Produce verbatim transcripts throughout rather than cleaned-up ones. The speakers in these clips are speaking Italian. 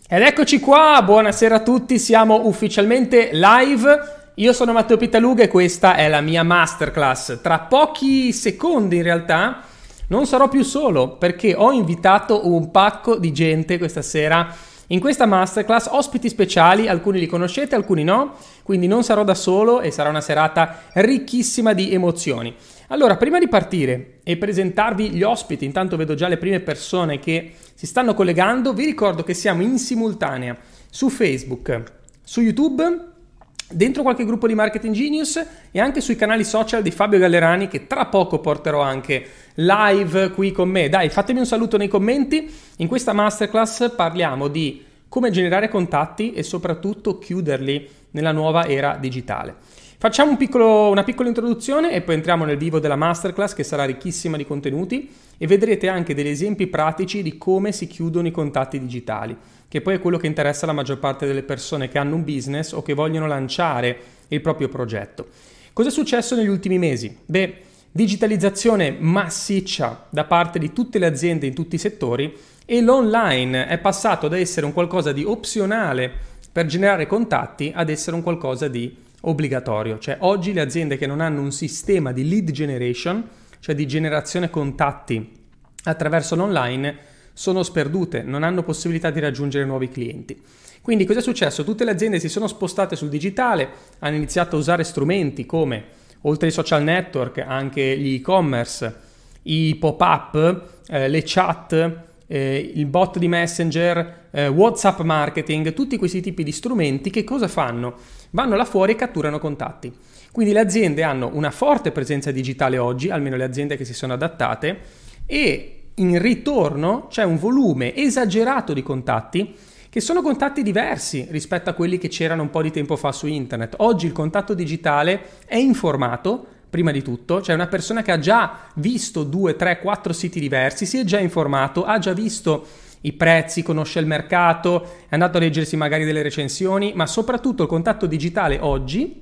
Ed eccoci qua, buonasera a tutti, siamo ufficialmente live. Io sono Matteo Pittaluga e questa è la mia masterclass. Tra pochi secondi in realtà non sarò più solo perché ho invitato un pacco di gente questa sera in questa masterclass, ospiti speciali, alcuni li conoscete, alcuni no, quindi non sarò da solo e sarà una serata ricchissima di emozioni. Allora, prima di partire e presentarvi gli ospiti, intanto vedo già le prime persone che si stanno collegando, vi ricordo che siamo in simultanea su Facebook, su YouTube, dentro qualche gruppo di Marketing Genius e anche sui canali social di Fabio Gallerani che tra poco porterò anche live qui con me. Dai, fatemi un saluto nei commenti. In questa masterclass parliamo di come generare contatti e soprattutto chiuderli nella nuova era digitale. Facciamo un piccolo, una piccola introduzione e poi entriamo nel vivo della masterclass che sarà ricchissima di contenuti e vedrete anche degli esempi pratici di come si chiudono i contatti digitali, che poi è quello che interessa la maggior parte delle persone che hanno un business o che vogliono lanciare il proprio progetto. Cosa è successo negli ultimi mesi? Beh, digitalizzazione massiccia da parte di tutte le aziende in tutti i settori e l'online è passato da essere un qualcosa di opzionale per generare contatti ad essere un qualcosa di obbligatorio. Cioè oggi le aziende che non hanno un sistema di lead generation, cioè di generazione contatti attraverso l'online, sono sperdute, non hanno possibilità di raggiungere nuovi clienti. Quindi cosa è successo? Tutte le aziende si sono spostate sul digitale, hanno iniziato a usare strumenti come, oltre ai social network, anche gli e-commerce, i pop-up, eh, le chat, eh, il bot di Messenger, eh, WhatsApp marketing, tutti questi tipi di strumenti che cosa fanno? Vanno là fuori e catturano contatti. Quindi le aziende hanno una forte presenza digitale oggi, almeno le aziende che si sono adattate, e in ritorno c'è un volume esagerato di contatti che sono contatti diversi rispetto a quelli che c'erano un po' di tempo fa su internet. Oggi il contatto digitale è informato, prima di tutto, cioè una persona che ha già visto due, tre, quattro siti diversi, si è già informato, ha già visto i prezzi, conosce il mercato, è andato a leggersi magari delle recensioni, ma soprattutto il contatto digitale oggi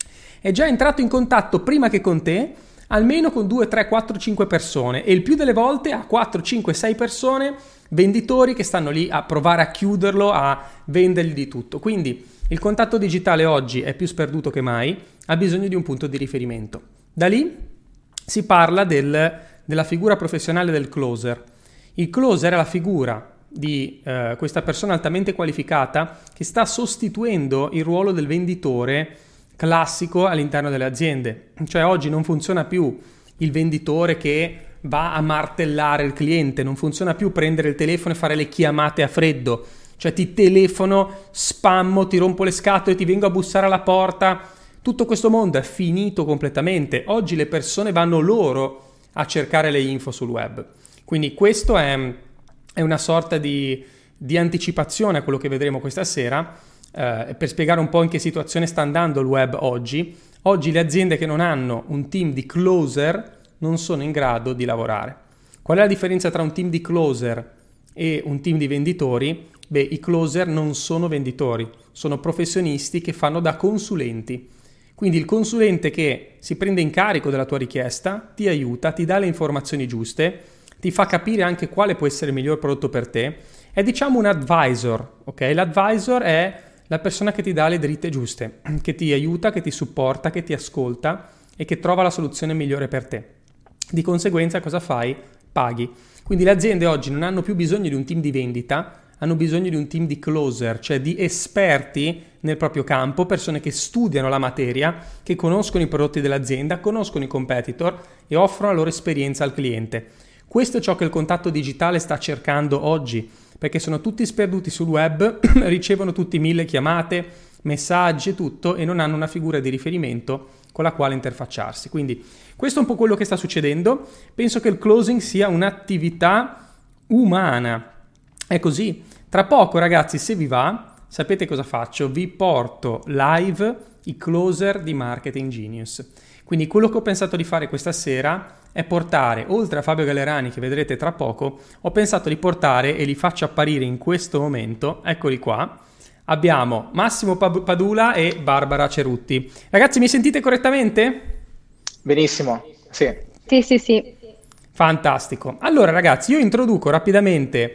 è già entrato in contatto prima che con te, almeno con due, tre, quattro, cinque persone e il più delle volte ha quattro, cinque, sei persone, venditori che stanno lì a provare a chiuderlo, a vendergli di tutto. Quindi il contatto digitale oggi è più sperduto che mai, ha bisogno di un punto di riferimento. Da lì si parla del, della figura professionale del closer. Il closer è la figura di eh, questa persona altamente qualificata che sta sostituendo il ruolo del venditore classico all'interno delle aziende. Cioè oggi non funziona più il venditore che va a martellare il cliente, non funziona più prendere il telefono e fare le chiamate a freddo, cioè ti telefono, spammo, ti rompo le scatole, ti vengo a bussare alla porta. Tutto questo mondo è finito completamente. Oggi le persone vanno loro a cercare le info sul web. Quindi questo è, è una sorta di, di anticipazione a quello che vedremo questa sera. Uh, per spiegare un po' in che situazione sta andando il web oggi. Oggi le aziende che non hanno un team di closer non sono in grado di lavorare. Qual è la differenza tra un team di closer e un team di venditori? Beh, i closer non sono venditori, sono professionisti che fanno da consulenti. Quindi il consulente che si prende in carico della tua richiesta, ti aiuta, ti dà le informazioni giuste, ti fa capire anche quale può essere il miglior prodotto per te. È diciamo un advisor, ok? L'advisor è la persona che ti dà le dritte giuste, che ti aiuta, che ti supporta, che ti ascolta e che trova la soluzione migliore per te. Di conseguenza cosa fai? Paghi. Quindi le aziende oggi non hanno più bisogno di un team di vendita, hanno bisogno di un team di closer, cioè di esperti nel proprio campo, persone che studiano la materia, che conoscono i prodotti dell'azienda, conoscono i competitor e offrono la loro esperienza al cliente. Questo è ciò che il contatto digitale sta cercando oggi, perché sono tutti sperduti sul web, ricevono tutti mille chiamate, messaggi e tutto e non hanno una figura di riferimento con la quale interfacciarsi. Quindi questo è un po' quello che sta succedendo. Penso che il closing sia un'attività umana. È così. Tra poco, ragazzi, se vi va, sapete cosa faccio? Vi porto live i closer di Marketing Genius. Quindi quello che ho pensato di fare questa sera è portare, oltre a Fabio Gallerani che vedrete tra poco, ho pensato di portare, e li faccio apparire in questo momento, eccoli qua, abbiamo Massimo Padula e Barbara Cerutti. Ragazzi, mi sentite correttamente? Benissimo, sì. Sì, sì, sì. Fantastico. Allora ragazzi, io introduco rapidamente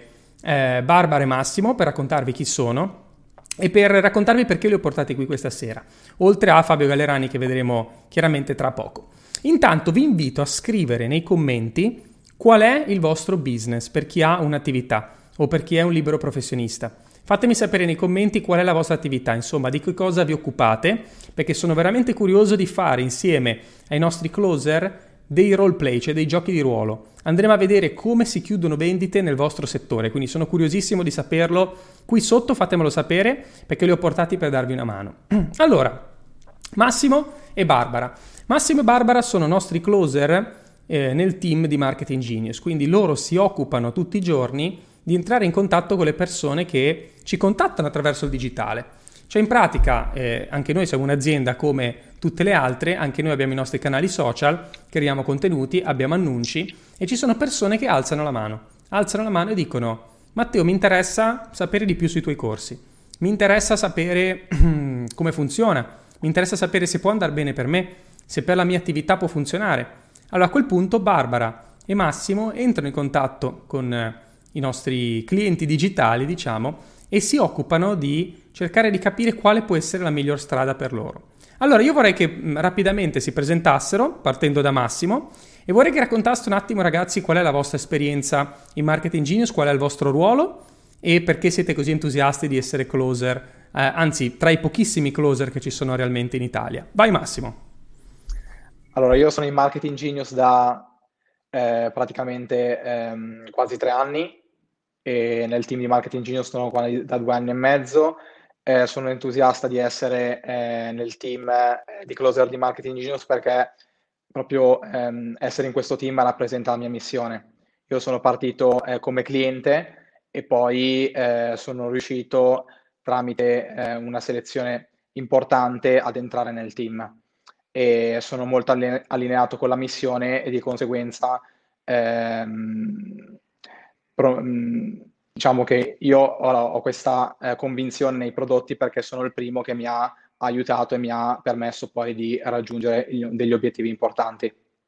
eh, Barbara e Massimo per raccontarvi chi sono e per raccontarvi perché li ho portati qui questa sera, oltre a Fabio Gallerani che vedremo chiaramente tra poco. Intanto vi invito a scrivere nei commenti qual è il vostro business per chi ha un'attività o per chi è un libero professionista. Fatemi sapere nei commenti qual è la vostra attività, insomma, di che cosa vi occupate, perché sono veramente curioso di fare insieme ai nostri closer dei roleplay, cioè dei giochi di ruolo. Andremo a vedere come si chiudono vendite nel vostro settore, quindi sono curiosissimo di saperlo. Qui sotto fatemelo sapere perché li ho portati per darvi una mano. Allora, Massimo e Barbara. Massimo e Barbara sono nostri closer eh, nel team di Marketing Genius, quindi loro si occupano tutti i giorni di entrare in contatto con le persone che ci contattano attraverso il digitale. Cioè in pratica eh, anche noi siamo un'azienda come tutte le altre, anche noi abbiamo i nostri canali social, creiamo contenuti, abbiamo annunci e ci sono persone che alzano la mano. Alzano la mano e dicono: Matteo, mi interessa sapere di più sui tuoi corsi, mi interessa sapere come funziona, mi interessa sapere se può andare bene per me, se per la mia attività può funzionare. Allora a quel punto Barbara e Massimo entrano in contatto con eh, i nostri clienti digitali, diciamo, e si occupano di cercare di capire quale può essere la miglior strada per loro. Allora io vorrei che mh, rapidamente si presentassero, partendo da Massimo, e vorrei che raccontaste un attimo, ragazzi, qual è la vostra esperienza in Marketing Genius, qual è il vostro ruolo e perché siete così entusiasti di essere closer, eh, anzi tra i pochissimi closer che ci sono realmente in Italia. Vai Massimo. Allora, io sono in Marketing Genius da eh, praticamente ehm, quasi tre anni e nel team di Marketing Genius sono qua da due anni e mezzo. Eh, sono entusiasta di essere eh, nel team eh, di closer di Marketing Genius perché proprio ehm, essere in questo team rappresenta la mia missione. Io sono partito eh, come cliente e poi eh, sono riuscito tramite eh, una selezione importante ad entrare nel team e sono molto alline- allineato con la missione e di conseguenza ehm, pro- mh, diciamo che io ho, ho questa eh, convinzione nei prodotti perché sono il primo che mi ha aiutato e mi ha permesso poi di raggiungere il- degli obiettivi importanti.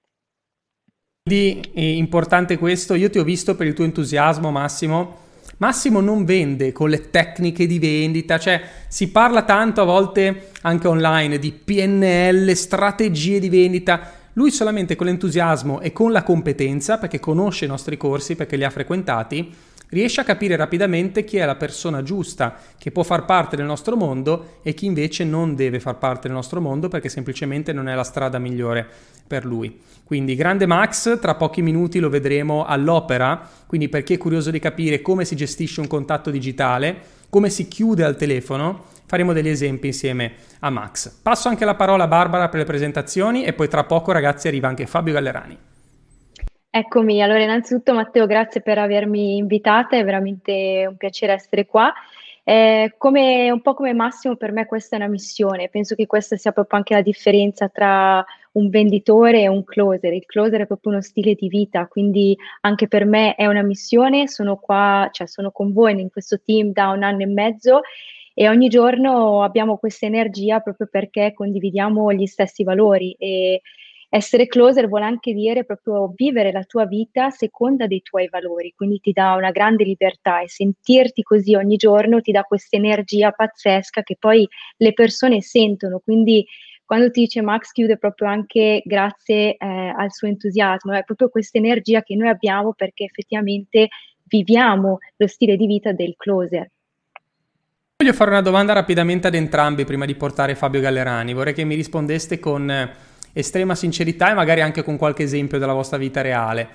Quindi è importante questo, io ti ho visto per il tuo entusiasmo Massimo. Massimo non vende con le tecniche di vendita, cioè si parla tanto a volte anche online di P N L, strategie di vendita. Lui solamente con l'entusiasmo e con la competenza, perché conosce i nostri corsi, perché li ha frequentati, riesce a capire rapidamente chi è la persona giusta che può far parte del nostro mondo e chi invece non deve far parte del nostro mondo perché semplicemente non è la strada migliore per lui. Quindi grande Max, tra pochi minuti lo vedremo all'opera, quindi per chi è curioso di capire come si gestisce un contatto digitale, come si chiude al telefono, faremo degli esempi insieme a Max. Passo anche la parola a Barbara per le presentazioni e poi tra poco, ragazzi, arriva anche Fabio Gallerani. Eccomi, allora innanzitutto Matteo, grazie per avermi invitata, è veramente un piacere essere qua. Eh, come, un po' come Massimo, per me questa è una missione, penso che questa sia proprio anche la differenza tra un venditore e un closer. Il closer è proprio uno stile di vita, quindi anche per me è una missione, sono qua, cioè sono con voi in questo team da un anno e mezzo e ogni giorno abbiamo questa energia proprio perché condividiamo gli stessi valori e essere closer vuole anche dire proprio vivere la tua vita a seconda dei tuoi valori, quindi ti dà una grande libertà e sentirti così ogni giorno ti dà questa energia pazzesca che poi le persone sentono, quindi quando ti dice Max chiude proprio anche grazie eh, al suo entusiasmo, è proprio questa energia che noi abbiamo perché effettivamente viviamo lo stile di vita del closer. Voglio fare una domanda rapidamente ad entrambi prima di portare Fabio Gallerani. Vorrei che mi rispondeste con eh, estrema sincerità e magari anche con qualche esempio della vostra vita reale.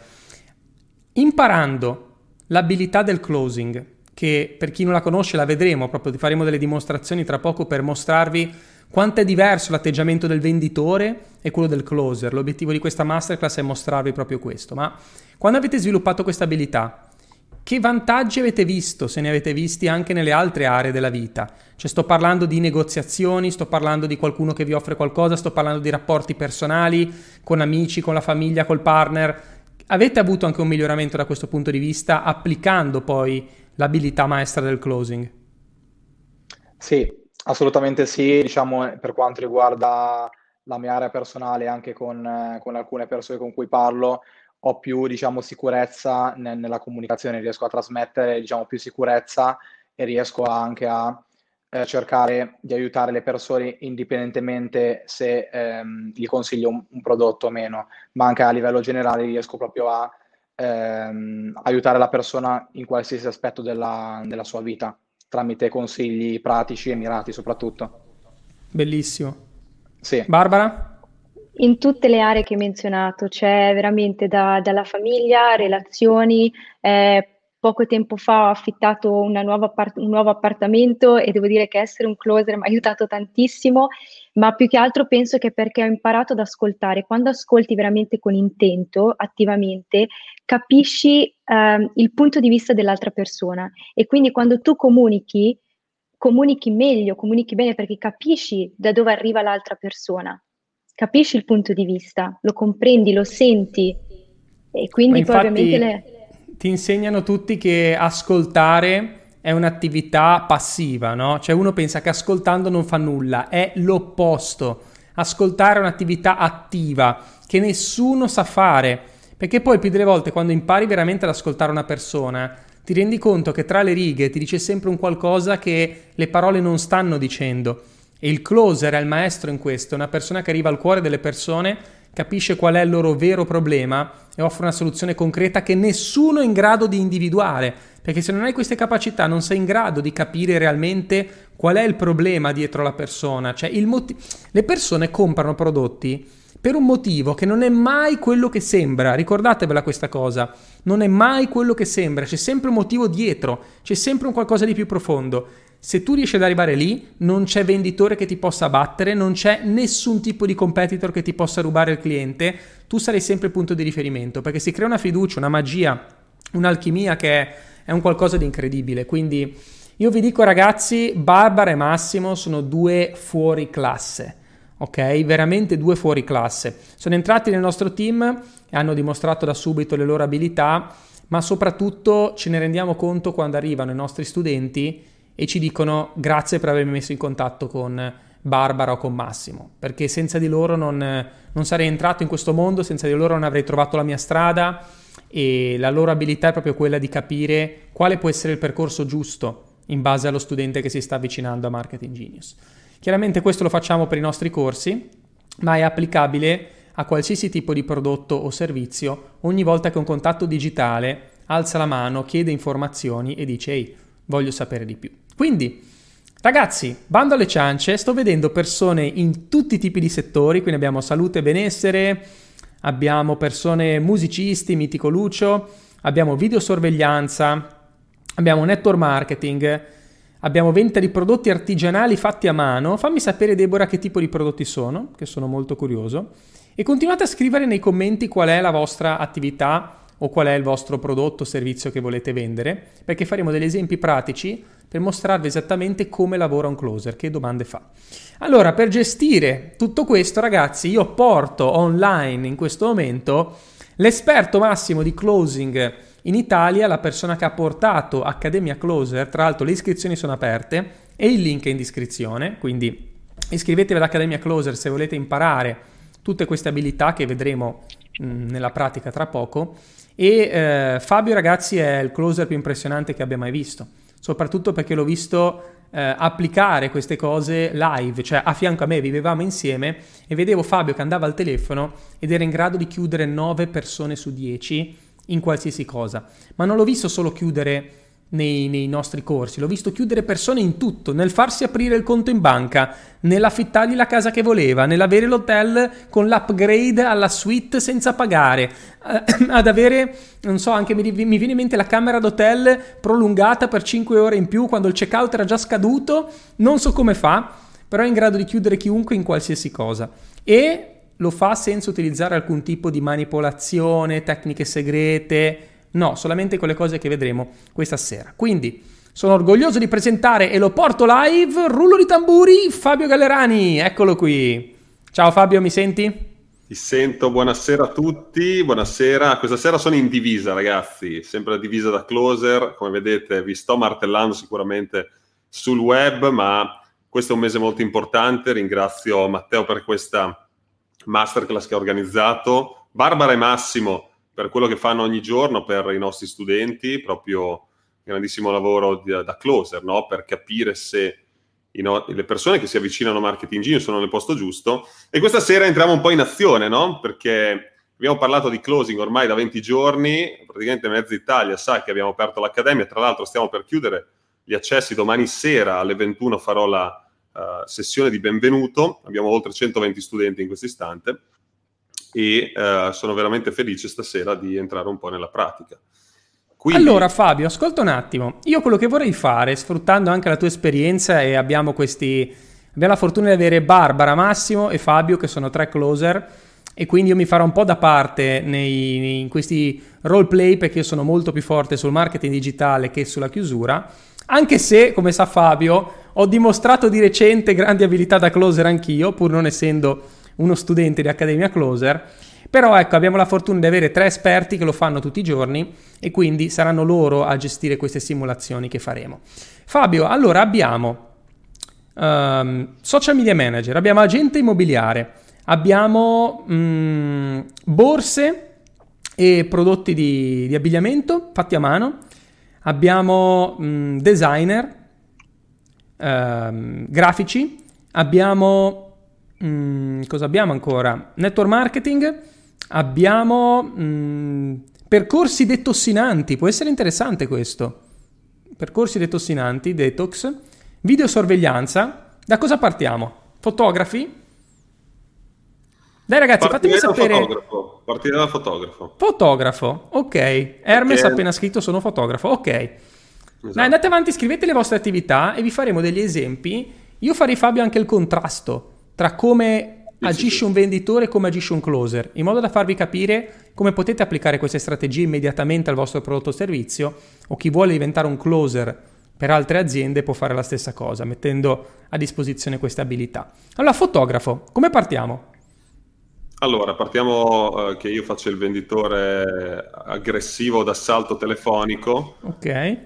Imparando l'abilità del closing, che per chi non la conosce la vedremo, proprio faremo delle dimostrazioni tra poco per mostrarvi quanto è diverso l'atteggiamento del venditore e quello del closer. L'obiettivo di questa masterclass è mostrarvi proprio questo. Ma quando avete sviluppato questa abilità, che vantaggi avete visto, se ne avete visti anche nelle altre aree della vita? Cioè sto parlando di negoziazioni, sto parlando di qualcuno che vi offre qualcosa, sto parlando di rapporti personali, con amici, con la famiglia, col partner. Avete avuto anche un miglioramento da questo punto di vista applicando poi l'abilità maestra del closing? Sì, assolutamente sì, diciamo per quanto riguarda la mia area personale, anche con, eh, con alcune persone con cui parlo, ho più, diciamo, sicurezza nel, nella comunicazione, riesco a trasmettere, diciamo, più sicurezza e riesco anche a eh, cercare di aiutare le persone indipendentemente se ehm, gli consiglio un, un prodotto o meno, ma anche a livello generale riesco proprio a ehm, aiutare la persona in qualsiasi aspetto della, della sua vita, tramite consigli pratici e mirati soprattutto. Bellissimo. Sì. Barbara? In tutte le aree che hai menzionato, c'è veramente da- dalla famiglia, relazioni. eh, poco tempo fa ho affittato una nuova appart- un nuovo appartamento e devo dire che essere un closer mi ha aiutato tantissimo, ma più che altro penso che perché ho imparato ad ascoltare. Quando ascolti veramente con intento, attivamente, capisci ehm, il punto di vista dell'altra persona e quindi quando tu comunichi, comunichi meglio, comunichi bene perché capisci da dove arriva l'altra persona. Capisci il punto di vista, lo comprendi, lo senti e Ma quindi poi ovviamente infatti le... ti insegnano tutti che ascoltare è un'attività passiva, no? Cioè uno pensa che ascoltando non fa nulla, è l'opposto. Ascoltare è un'attività attiva che nessuno sa fare, perché poi più delle volte quando impari veramente ad ascoltare una persona ti rendi conto che tra le righe ti dice sempre un qualcosa che le parole non stanno dicendo. E il closer è il maestro in questo, è una persona che arriva al cuore delle persone, capisce qual è il loro vero problema e offre una soluzione concreta che nessuno è in grado di individuare, perché se non hai queste capacità non sei in grado di capire realmente qual è il problema dietro la persona. Cioè il moti- le persone comprano prodotti per un motivo che non è mai quello che sembra, ricordatevela questa cosa, non è mai quello che sembra, c'è sempre un motivo dietro, c'è sempre un qualcosa di più profondo. Se tu riesci ad arrivare lì, non c'è venditore che ti possa battere, non c'è nessun tipo di competitor che ti possa rubare il cliente, tu sarai sempre il punto di riferimento, perché si crea una fiducia, una magia, un'alchimia che è, è un qualcosa di incredibile. Quindi io vi dico ragazzi, Barbara e Massimo sono due fuori classe, ok? Veramente due fuori classe. Sono entrati nel nostro team e hanno dimostrato da subito le loro abilità, ma soprattutto ce ne rendiamo conto quando arrivano i nostri studenti e ci dicono grazie per avermi messo in contatto con Barbara o con Massimo, perché senza di loro non, non sarei entrato in questo mondo, senza di loro non avrei trovato la mia strada e la loro abilità è proprio quella di capire quale può essere il percorso giusto in base allo studente che si sta avvicinando a Marketing Genius. Chiaramente questo lo facciamo per i nostri corsi, ma è applicabile a qualsiasi tipo di prodotto o servizio. Ogni volta che un contatto digitale alza la mano, chiede informazioni e dice ehi, voglio sapere di più. Quindi, ragazzi, bando alle ciance, sto vedendo persone in tutti i tipi di settori, quindi abbiamo salute e benessere, abbiamo persone musicisti, mitico Lucio, abbiamo videosorveglianza, abbiamo network marketing, abbiamo vendita di prodotti artigianali fatti a mano. Fammi sapere, Deborah, che tipo di prodotti sono, che sono molto curioso. E continuate a scrivere nei commenti qual è la vostra attività o qual è il vostro prodotto o servizio che volete vendere, perché faremo degli esempi pratici per mostrarvi esattamente come lavora un closer, che domande fa. Allora, per gestire tutto questo, ragazzi, io porto online in questo momento l'esperto massimo di closing in Italia, la persona che ha portato Accademia Closer. Tra l'altro le iscrizioni sono aperte e il link è in descrizione, quindi iscrivetevi all'Accademia Closer se volete imparare tutte queste abilità che vedremo mh, nella pratica tra poco. E eh, Fabio, ragazzi, è il closer più impressionante che abbia mai visto, soprattutto perché l'ho visto eh, applicare queste cose live, cioè a fianco a me, vivevamo insieme e vedevo Fabio che andava al telefono ed era in grado di chiudere nove persone su dieci in qualsiasi cosa. Ma non l'ho visto solo chiudere nei, nei nostri corsi, l'ho visto chiudere persone in tutto, nel farsi aprire il conto in banca, nell'affittargli la casa che voleva, nell'avere l'hotel con l'upgrade alla suite senza pagare, eh, ad avere, non so, anche mi, mi viene in mente la camera d'hotel prolungata per cinque ore in più quando il checkout era già scaduto. Non so come fa, però è in grado di chiudere chiunque in qualsiasi cosa e lo fa senza utilizzare alcun tipo di manipolazione, tecniche segrete. No, solamente quelle cose che vedremo questa sera. Quindi sono orgoglioso di presentare e lo porto live, rullo di tamburi, Fabio Gallerani, eccolo qui. Ciao Fabio, mi senti? Ti sento, buonasera a tutti, buonasera. Questa sera sono in divisa, ragazzi, sempre la divisa da closer, come vedete vi sto martellando sicuramente sul web, ma questo è un mese molto importante. Ringrazio Matteo per questa masterclass che ha organizzato, Barbara e Massimo per quello che fanno ogni giorno per i nostri studenti, proprio grandissimo lavoro di, da closer, no? Per capire se i no, le persone che si avvicinano a Marketing Genius sono nel posto giusto. E questa sera entriamo un po' in azione, no? Perché abbiamo parlato di closing ormai da venti giorni, praticamente mezza Italia sa che abbiamo aperto l'accademia, tra l'altro stiamo per chiudere gli accessi, domani sera alle ventuno farò la uh, sessione di benvenuto, abbiamo oltre centoventi studenti in questo istante e uh, sono veramente felice stasera di entrare un po' nella pratica. Quindi... Allora Fabio, ascolta un attimo, io quello che vorrei fare, sfruttando anche la tua esperienza, e abbiamo questi, abbiamo la fortuna di avere Barbara, Massimo e Fabio che sono tre closer, e quindi io mi farò un po' da parte nei, nei, in questi roleplay, perché io sono molto più forte sul marketing digitale che sulla chiusura, anche se, come sa Fabio, ho dimostrato di recente grandi abilità da closer anch'io, pur non essendo uno studente di Accademia Closer. Però ecco, abbiamo la fortuna di avere tre esperti che lo fanno tutti i giorni e quindi saranno loro a gestire queste simulazioni che faremo. Fabio, allora abbiamo um, social media manager, abbiamo agente immobiliare, abbiamo um, borse e prodotti di, di abbigliamento fatti a mano, abbiamo um, designer, um, grafici, abbiamo um, cosa abbiamo ancora? Network marketing, abbiamo um, percorsi detossinanti, può essere interessante questo. Percorsi detossinanti, detox, videosorveglianza. Da cosa partiamo? Fotografi? Dai ragazzi, Partire fatemi sapere. Fotografo. Partire dal fotografo. Fotografo, ok. Hermes Perché... ha appena scritto sono fotografo, ok. Esatto. Dai, andate avanti, scrivete le vostre attività e vi faremo degli esempi. Io farei, Fabio, anche il contrasto tra come sì, agisce sì, sì. un venditore e come agisce un closer, in modo da farvi capire come potete applicare queste strategie immediatamente al vostro prodotto o servizio, o chi vuole diventare un closer per altre aziende può fare la stessa cosa, mettendo a disposizione queste abilità. Allora, fotografo, come partiamo? Allora, partiamo eh, che io faccio il venditore aggressivo d'assalto telefonico. Ok.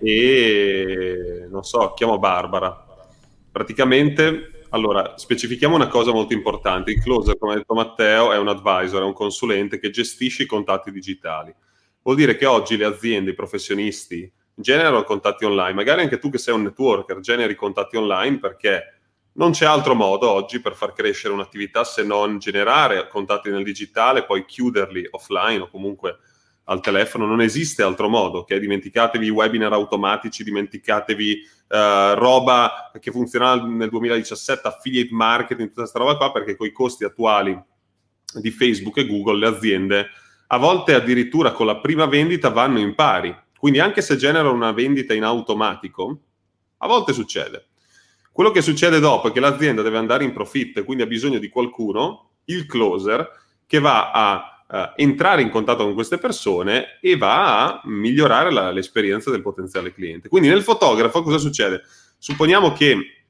E non so, chiamo Barbara. Praticamente, allora, specifichiamo una cosa molto importante. Il closer, come ha detto Matteo, è un advisor, è un consulente che gestisce i contatti digitali. Vuol dire che oggi le aziende, i professionisti generano contatti online. Magari anche tu che sei un networker generi contatti online, perché non c'è altro modo oggi per far crescere un'attività se non generare contatti nel digitale, poi chiuderli offline o comunque al telefono. Non esiste altro modo, ok? Dimenticatevi i webinar automatici, dimenticatevi uh, roba che funzionava nel duemiladiciassette, affiliate marketing, tutta questa roba qua, perché con i costi attuali di Facebook e Google le aziende a volte addirittura con la prima vendita vanno in pari. Quindi anche se generano una vendita in automatico, a volte succede. Quello che succede dopo è che l'azienda deve andare in profitto e quindi ha bisogno di qualcuno, il closer, che va a uh, entrare in contatto con queste persone e va a migliorare la, l'esperienza del potenziale cliente. Quindi nel fotografo cosa succede? Supponiamo che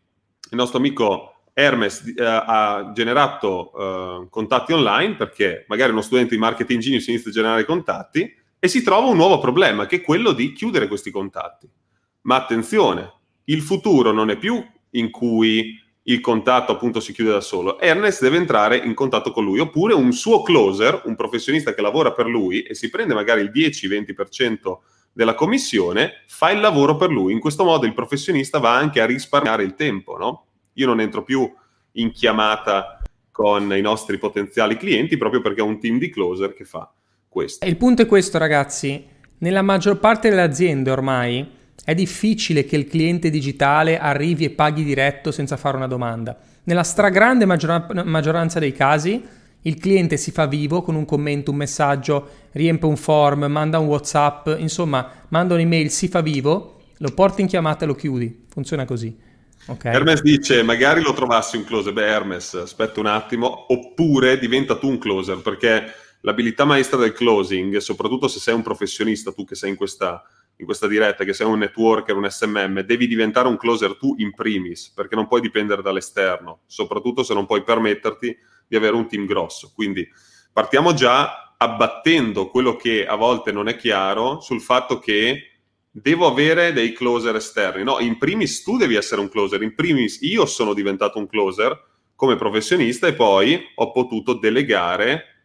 il nostro amico Hermes uh, ha generato uh, contatti online, perché magari uno studente di Marketing Genius inizia a generare contatti e si trova un nuovo problema, che è quello di chiudere questi contatti. Ma attenzione, il futuro non è più in cui il contatto appunto si chiude da solo. Ernest deve entrare in contatto con lui, oppure un suo closer, un professionista che lavora per lui e si prende magari il dieci venti per cento della commissione, fa il lavoro per lui. In questo modo il professionista va anche a risparmiare il tempo, no? Io non entro più in chiamata con i nostri potenziali clienti proprio perché ho un team di closer che fa questo. E il punto è questo, ragazzi, nella maggior parte delle aziende ormai è difficile che il cliente digitale arrivi e paghi diretto senza fare una domanda. Nella stragrande maggior- maggioranza dei casi il cliente si fa vivo con un commento, un messaggio, riempie un form, manda un WhatsApp, insomma, manda un'email, si fa vivo, lo porti in chiamata e lo chiudi. Funziona così. Okay. Hermes dice, magari lo trovassi un closer. Beh, Hermes, aspetta un attimo, oppure diventa tu un closer, perché l'abilità maestra del closing, soprattutto se sei un professionista, tu che sei in questa... in questa diretta, che sei un networker, un S M M, devi diventare un closer tu in primis, perché non puoi dipendere dall'esterno, soprattutto se non puoi permetterti di avere un team grosso. Quindi partiamo già abbattendo quello che a volte non è chiaro sul fatto che devo avere dei closer esterni. No, in primis tu devi essere un closer, in primis io sono diventato un closer come professionista e poi ho potuto delegare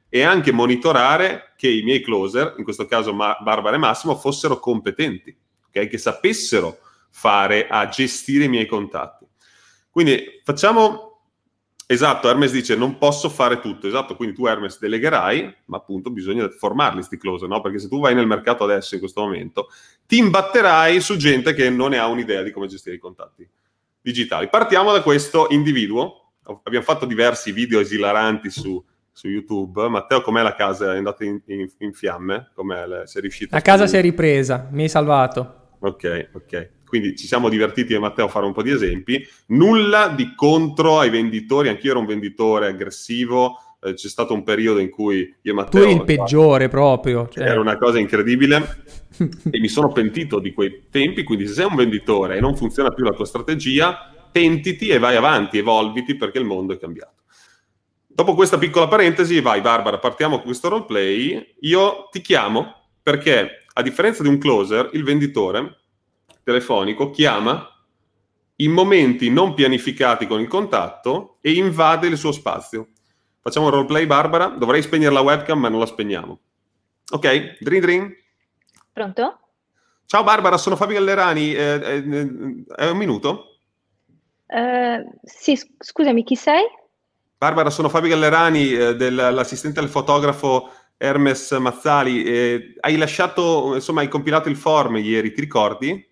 e anche monitorare che i miei closer, in questo caso Ma- Barbara e Massimo, fossero competenti, okay? Che sapessero fare a gestire i miei contatti. Quindi facciamo... Esatto, Hermes dice non posso fare tutto, esatto, quindi tu Hermes delegherai, ma appunto bisogna formarli sti closer, no? Perché se tu vai nel mercato adesso, in questo momento, ti imbatterai su gente che non ne ha un'idea di come gestire i contatti digitali. Partiamo da questo individuo, abbiamo fatto diversi video esilaranti su, su YouTube. Matteo, com'è la casa? È andata in, in, in fiamme? Com'è? Sei riuscito? La casa si è ripresa, mi hai salvato. Ok, ok. Quindi ci siamo divertiti io e Matteo a fare un po' di esempi. Nulla di contro ai venditori, anch'io ero un venditore aggressivo, eh, c'è stato un periodo in cui io e Matteo... Tu eri il peggiore proprio. Cioè... Era una cosa incredibile e mi sono pentito di quei tempi, quindi se sei un venditore e non funziona più la tua strategia, pentiti e vai avanti, evolviti perché il mondo è cambiato. Dopo questa piccola parentesi, vai Barbara, partiamo con questo roleplay. Io ti chiamo perché, a differenza di un closer, il venditore telefonico chiama in momenti non pianificati con il contatto e invade il suo spazio. Facciamo un roleplay, Barbara? Dovrei spegnere la webcam, ma non la spegniamo. Ok? Drin drin. Pronto? Ciao Barbara, sono Fabio Gallerani. Eh, eh, è un minuto? Uh, sì, scusami, chi sei? Barbara, sono Fabio Gallerani, eh, dell'assistente del fotografo Hermes Mazzali. Eh, hai lasciato, insomma, hai compilato il form ieri, ti ricordi?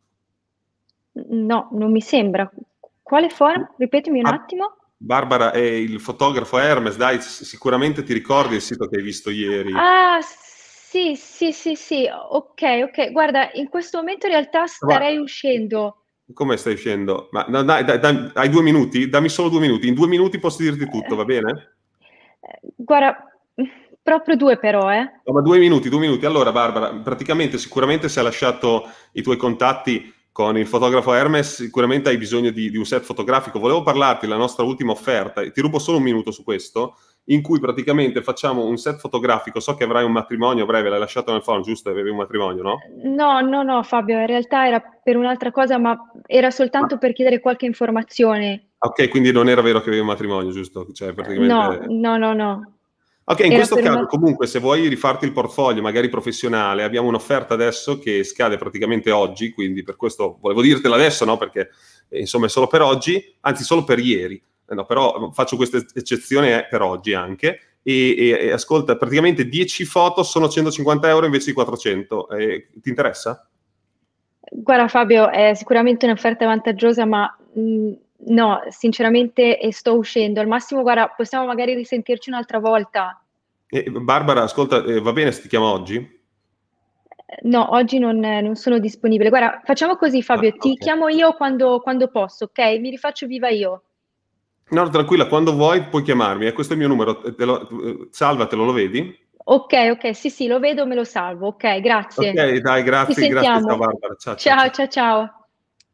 No, non mi sembra. Quale form? Ripetimi un ah, attimo. Barbara è il fotografo Hermes, dai, sicuramente ti ricordi il sito che hai visto ieri. Ah, sì, sì, sì, sì, ok, ok. Guarda, in questo momento in realtà starei Guarda, uscendo. Come stai uscendo? Ma no, dai, dai, dai, hai due minuti? Dammi solo due minuti. In due minuti posso dirti tutto, va bene? Eh, guarda, proprio due però, eh. No, ma due minuti, due minuti. Allora, Barbara, praticamente sicuramente se hai lasciato i tuoi contatti con il fotografo Hermes, sicuramente hai bisogno di, di un set fotografico. Volevo parlarti della nostra ultima offerta, ti rubo solo un minuto su questo, in cui praticamente facciamo un set fotografico. So che avrai un matrimonio a breve, l'hai lasciato nel phone, giusto? Avevi un matrimonio, no? No, no, no, Fabio, in realtà era per un'altra cosa, ma era soltanto Ah. per chiedere qualche informazione. Ok, quindi non era vero che avevi un matrimonio, giusto? Cioè, praticamente... No, no, no, no. Ok, in Era questo per caso una- comunque se vuoi rifarti il portfolio magari professionale, abbiamo un'offerta adesso che scade praticamente oggi, quindi per questo volevo dirtela adesso, no? Perché eh, insomma è solo per oggi, anzi solo per ieri, eh, no, però faccio questa eccezione per oggi anche, e, e, e ascolta, praticamente dieci foto sono centocinquanta euro invece di quattrocento, eh, ti interessa? Guarda Fabio, è sicuramente un'offerta vantaggiosa, ma mh, no, sinceramente eh, sto uscendo. Al massimo, guarda, possiamo magari risentirci un'altra volta. Eh, Barbara, ascolta, eh, va bene se ti chiamo oggi? Eh, No, oggi non, eh, non sono disponibile. Guarda, facciamo così Fabio, Ah, ti ok. chiamo io quando, quando posso, ok? Mi rifaccio viva io. No, tranquilla, quando vuoi puoi chiamarmi, eh, questo è il mio numero, te lo, eh, salvatelo, lo vedi? Ok, ok, sì, sì, lo vedo, me lo salvo. Ok, grazie. Ok, dai, Ci grazie, grazie, ciao sentiamo. Barbara, ciao, ciao, Ciao, ciao. ciao, ciao.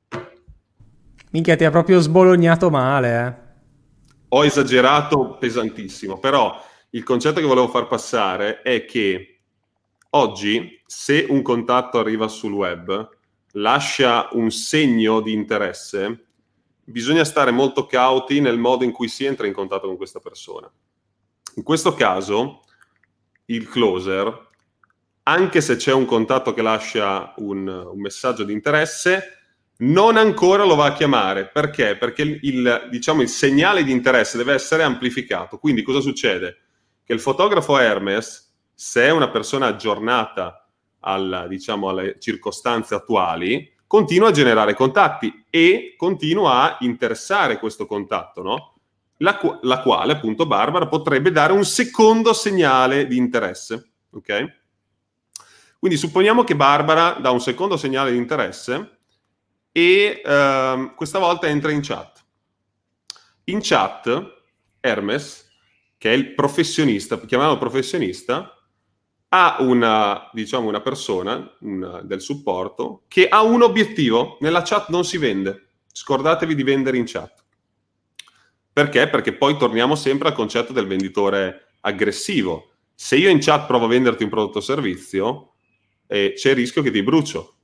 Minchia, ti ha proprio sbolognato male, eh. Ho esagerato pesantissimo, però il concetto che volevo far passare è che oggi, se un contatto arriva sul web, lascia un segno di interesse, bisogna stare molto cauti nel modo in cui si entra in contatto con questa persona. In questo caso, il closer, anche se c'è un contatto che lascia un, un messaggio di interesse, non ancora lo va a chiamare. Perché? Perché il, il, diciamo, il segnale di interesse deve essere amplificato. Quindi cosa succede? Che il fotografo Hermes, se è una persona aggiornata alla, diciamo, alle circostanze attuali, continua a generare contatti e continua a interessare questo contatto, no? La, la quale, appunto, Barbara potrebbe dare un secondo segnale di interesse. Ok? Quindi supponiamo che Barbara dà un secondo segnale di interesse e uh, questa volta entra in chat. In chat, Hermes, che è il professionista, chiamiamolo professionista, ha una, diciamo, una persona una, del supporto che ha un obiettivo. Nella chat non si vende. Scordatevi di vendere in chat. Perché? Perché poi torniamo sempre al concetto del venditore aggressivo. Se io in chat provo a venderti un prodotto o servizio, eh, c'è il rischio che ti brucio.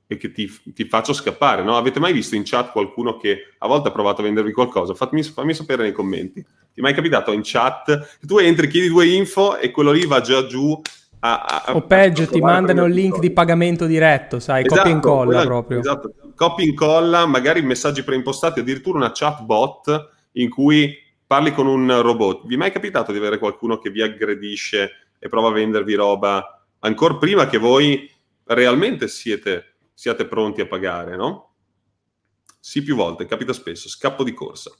e che ti, ti faccio scappare, no? Avete mai visto in chat qualcuno che a volte ha provato a vendervi qualcosa? Fatemi, fammi sapere nei commenti. Ti è mai capitato in chat che tu entri, chiedi due info e quello lì va già giù a, a, o peggio a ti mandano il link di pagamento diretto, sai, esatto, copia e incolla quella, proprio. Esatto, copia e incolla, magari messaggi preimpostati, addirittura una chat bot in cui parli con un robot. Vi è mai capitato di avere qualcuno che vi aggredisce e prova a vendervi roba ancora prima che voi realmente siete... siate pronti a pagare, no? Sì, più volte, capita spesso, scappo di corsa.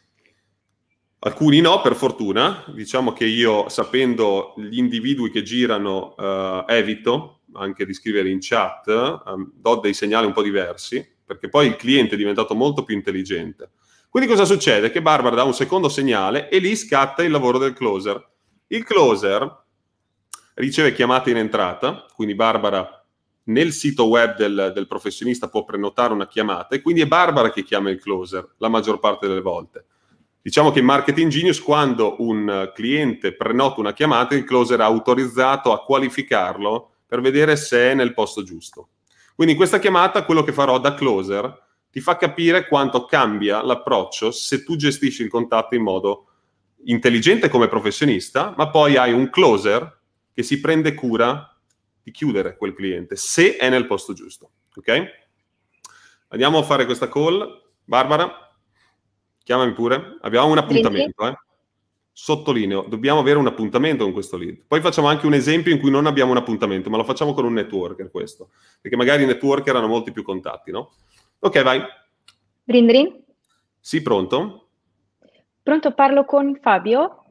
Alcuni no, per fortuna. Diciamo che io, sapendo gli individui che girano, eh, evito anche di scrivere in chat, eh, do dei segnali un po' diversi, perché poi il cliente è diventato molto più intelligente. Quindi cosa succede? Che Barbara dà un secondo segnale e lì scatta il lavoro del closer. Il closer riceve chiamate in entrata, quindi Barbara nel sito web del, del professionista può prenotare una chiamata e quindi è Barbara che chiama il closer la maggior parte delle volte. Diciamo che in Marketing Genius quando un cliente prenota una chiamata il closer è autorizzato a qualificarlo per vedere se è nel posto giusto. Quindi in questa chiamata quello che farò da closer ti fa capire quanto cambia l'approccio se tu gestisci il contatto in modo intelligente come professionista, ma poi hai un closer che si prende cura di chiudere quel cliente, se è nel posto giusto, ok? Andiamo a fare questa call. Barbara, chiamami pure. Abbiamo un appuntamento, eh? Sottolineo, dobbiamo avere un appuntamento con questo lead. Poi facciamo anche un esempio in cui non abbiamo un appuntamento, ma lo facciamo con un networker questo, perché magari i networker hanno molti più contatti, no? Ok, vai. Rindri? Sì, pronto? Pronto, parlo con Fabio?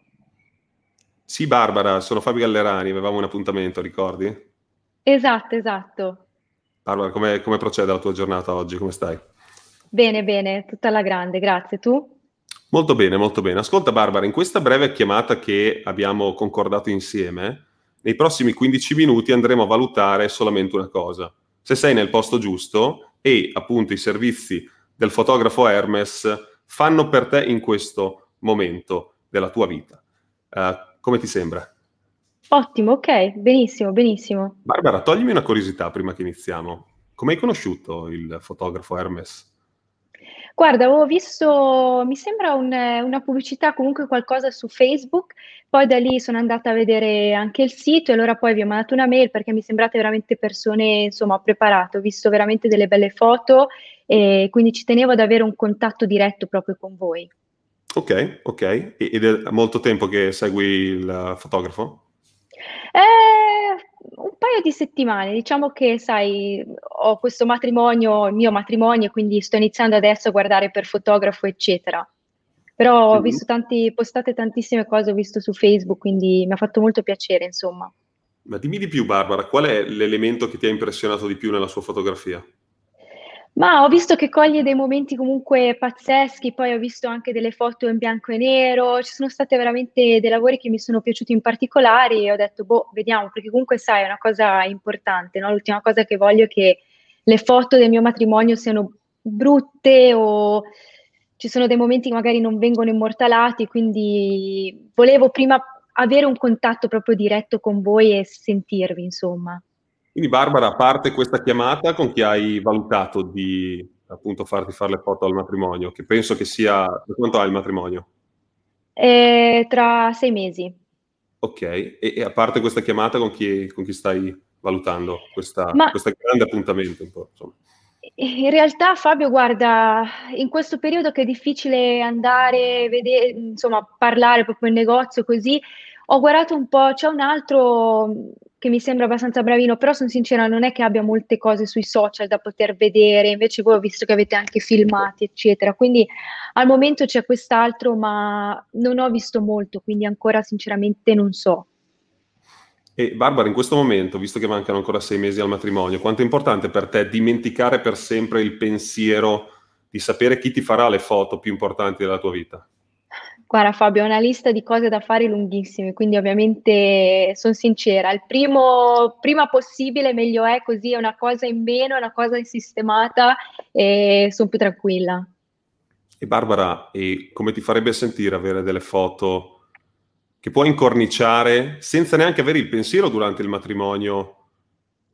Sì, Barbara, sono Fabio Gallerani, avevamo un appuntamento, ricordi? Esatto, esatto. Barbara, come, come procede la tua giornata oggi? Come stai? Bene, bene, tutta alla grande, grazie. Tu? Molto bene, molto bene. Ascolta Barbara, in questa breve chiamata che abbiamo concordato insieme, nei prossimi quindici minuti andremo a valutare solamente una cosa. Se sei nel posto giusto e appunto i servizi del fotografo Hermes fanno per te in questo momento della tua vita. Uh, come ti sembra? Ottimo, ok, benissimo, benissimo. Barbara, toglimi una curiosità prima che iniziamo. Come hai conosciuto il fotografo Hermes? Guarda, avevo visto, mi sembra un, una pubblicità, comunque qualcosa su Facebook, poi da lì sono andata a vedere anche il sito e allora poi vi ho mandato una mail perché mi sembrate veramente persone, insomma, preparate, ho visto veramente delle belle foto e quindi ci tenevo ad avere un contatto diretto proprio con voi. Ok, ok. Ed è molto tempo che segui il fotografo? Eh, un paio di settimane, diciamo che, sai, ho questo matrimonio, il mio matrimonio, quindi sto iniziando adesso a guardare per fotografo, eccetera. Però ho Mm-hmm. visto tanti, postate tantissime cose, ho visto su Facebook, quindi mi ha fatto molto piacere, insomma. Ma dimmi di più, Barbara, qual è l'elemento che ti ha impressionato di più nella sua fotografia? Ma ho visto che coglie dei momenti comunque pazzeschi, poi ho visto anche delle foto in bianco e nero, ci sono state veramente dei lavori che mi sono piaciuti in particolare e ho detto, boh, vediamo, perché comunque sai, è una cosa importante, no? L'ultima cosa che voglio è che le foto del mio matrimonio siano brutte o ci sono dei momenti che magari non vengono immortalati, quindi volevo prima avere un contatto proprio diretto con voi e sentirvi, insomma. Quindi Barbara, a parte questa chiamata, con chi hai valutato di appunto farti fare le foto al matrimonio? Che penso che sia... Da quanto hai il matrimonio? Eh, tra sei mesi. Ok, e, e a parte questa chiamata, con chi, con chi stai valutando questa, Ma questo grande appuntamento? Un po', insomma. In realtà, Fabio, guarda, in questo periodo che è difficile andare, vedere, insomma, parlare proprio in negozio così, ho guardato un po', c'è un altro che mi sembra abbastanza bravino, però sono sincera, non è che abbia molte cose sui social da poter vedere, invece voi ho visto che avete anche filmati, eccetera, quindi al momento c'è quest'altro, ma non ho visto molto, quindi ancora sinceramente non so. E Barbara, in questo momento, visto che mancano ancora sei mesi al matrimonio, quanto è importante per te dimenticare per sempre il pensiero di sapere chi ti farà le foto più importanti della tua vita? Guarda Fabio, ho una lista di cose da fare lunghissime, quindi ovviamente sono sincera, il primo, prima possibile meglio è, così è una cosa in meno, una cosa sistemata e sono più tranquilla. E Barbara, e come ti farebbe sentire avere delle foto che puoi incorniciare senza neanche avere il pensiero durante il matrimonio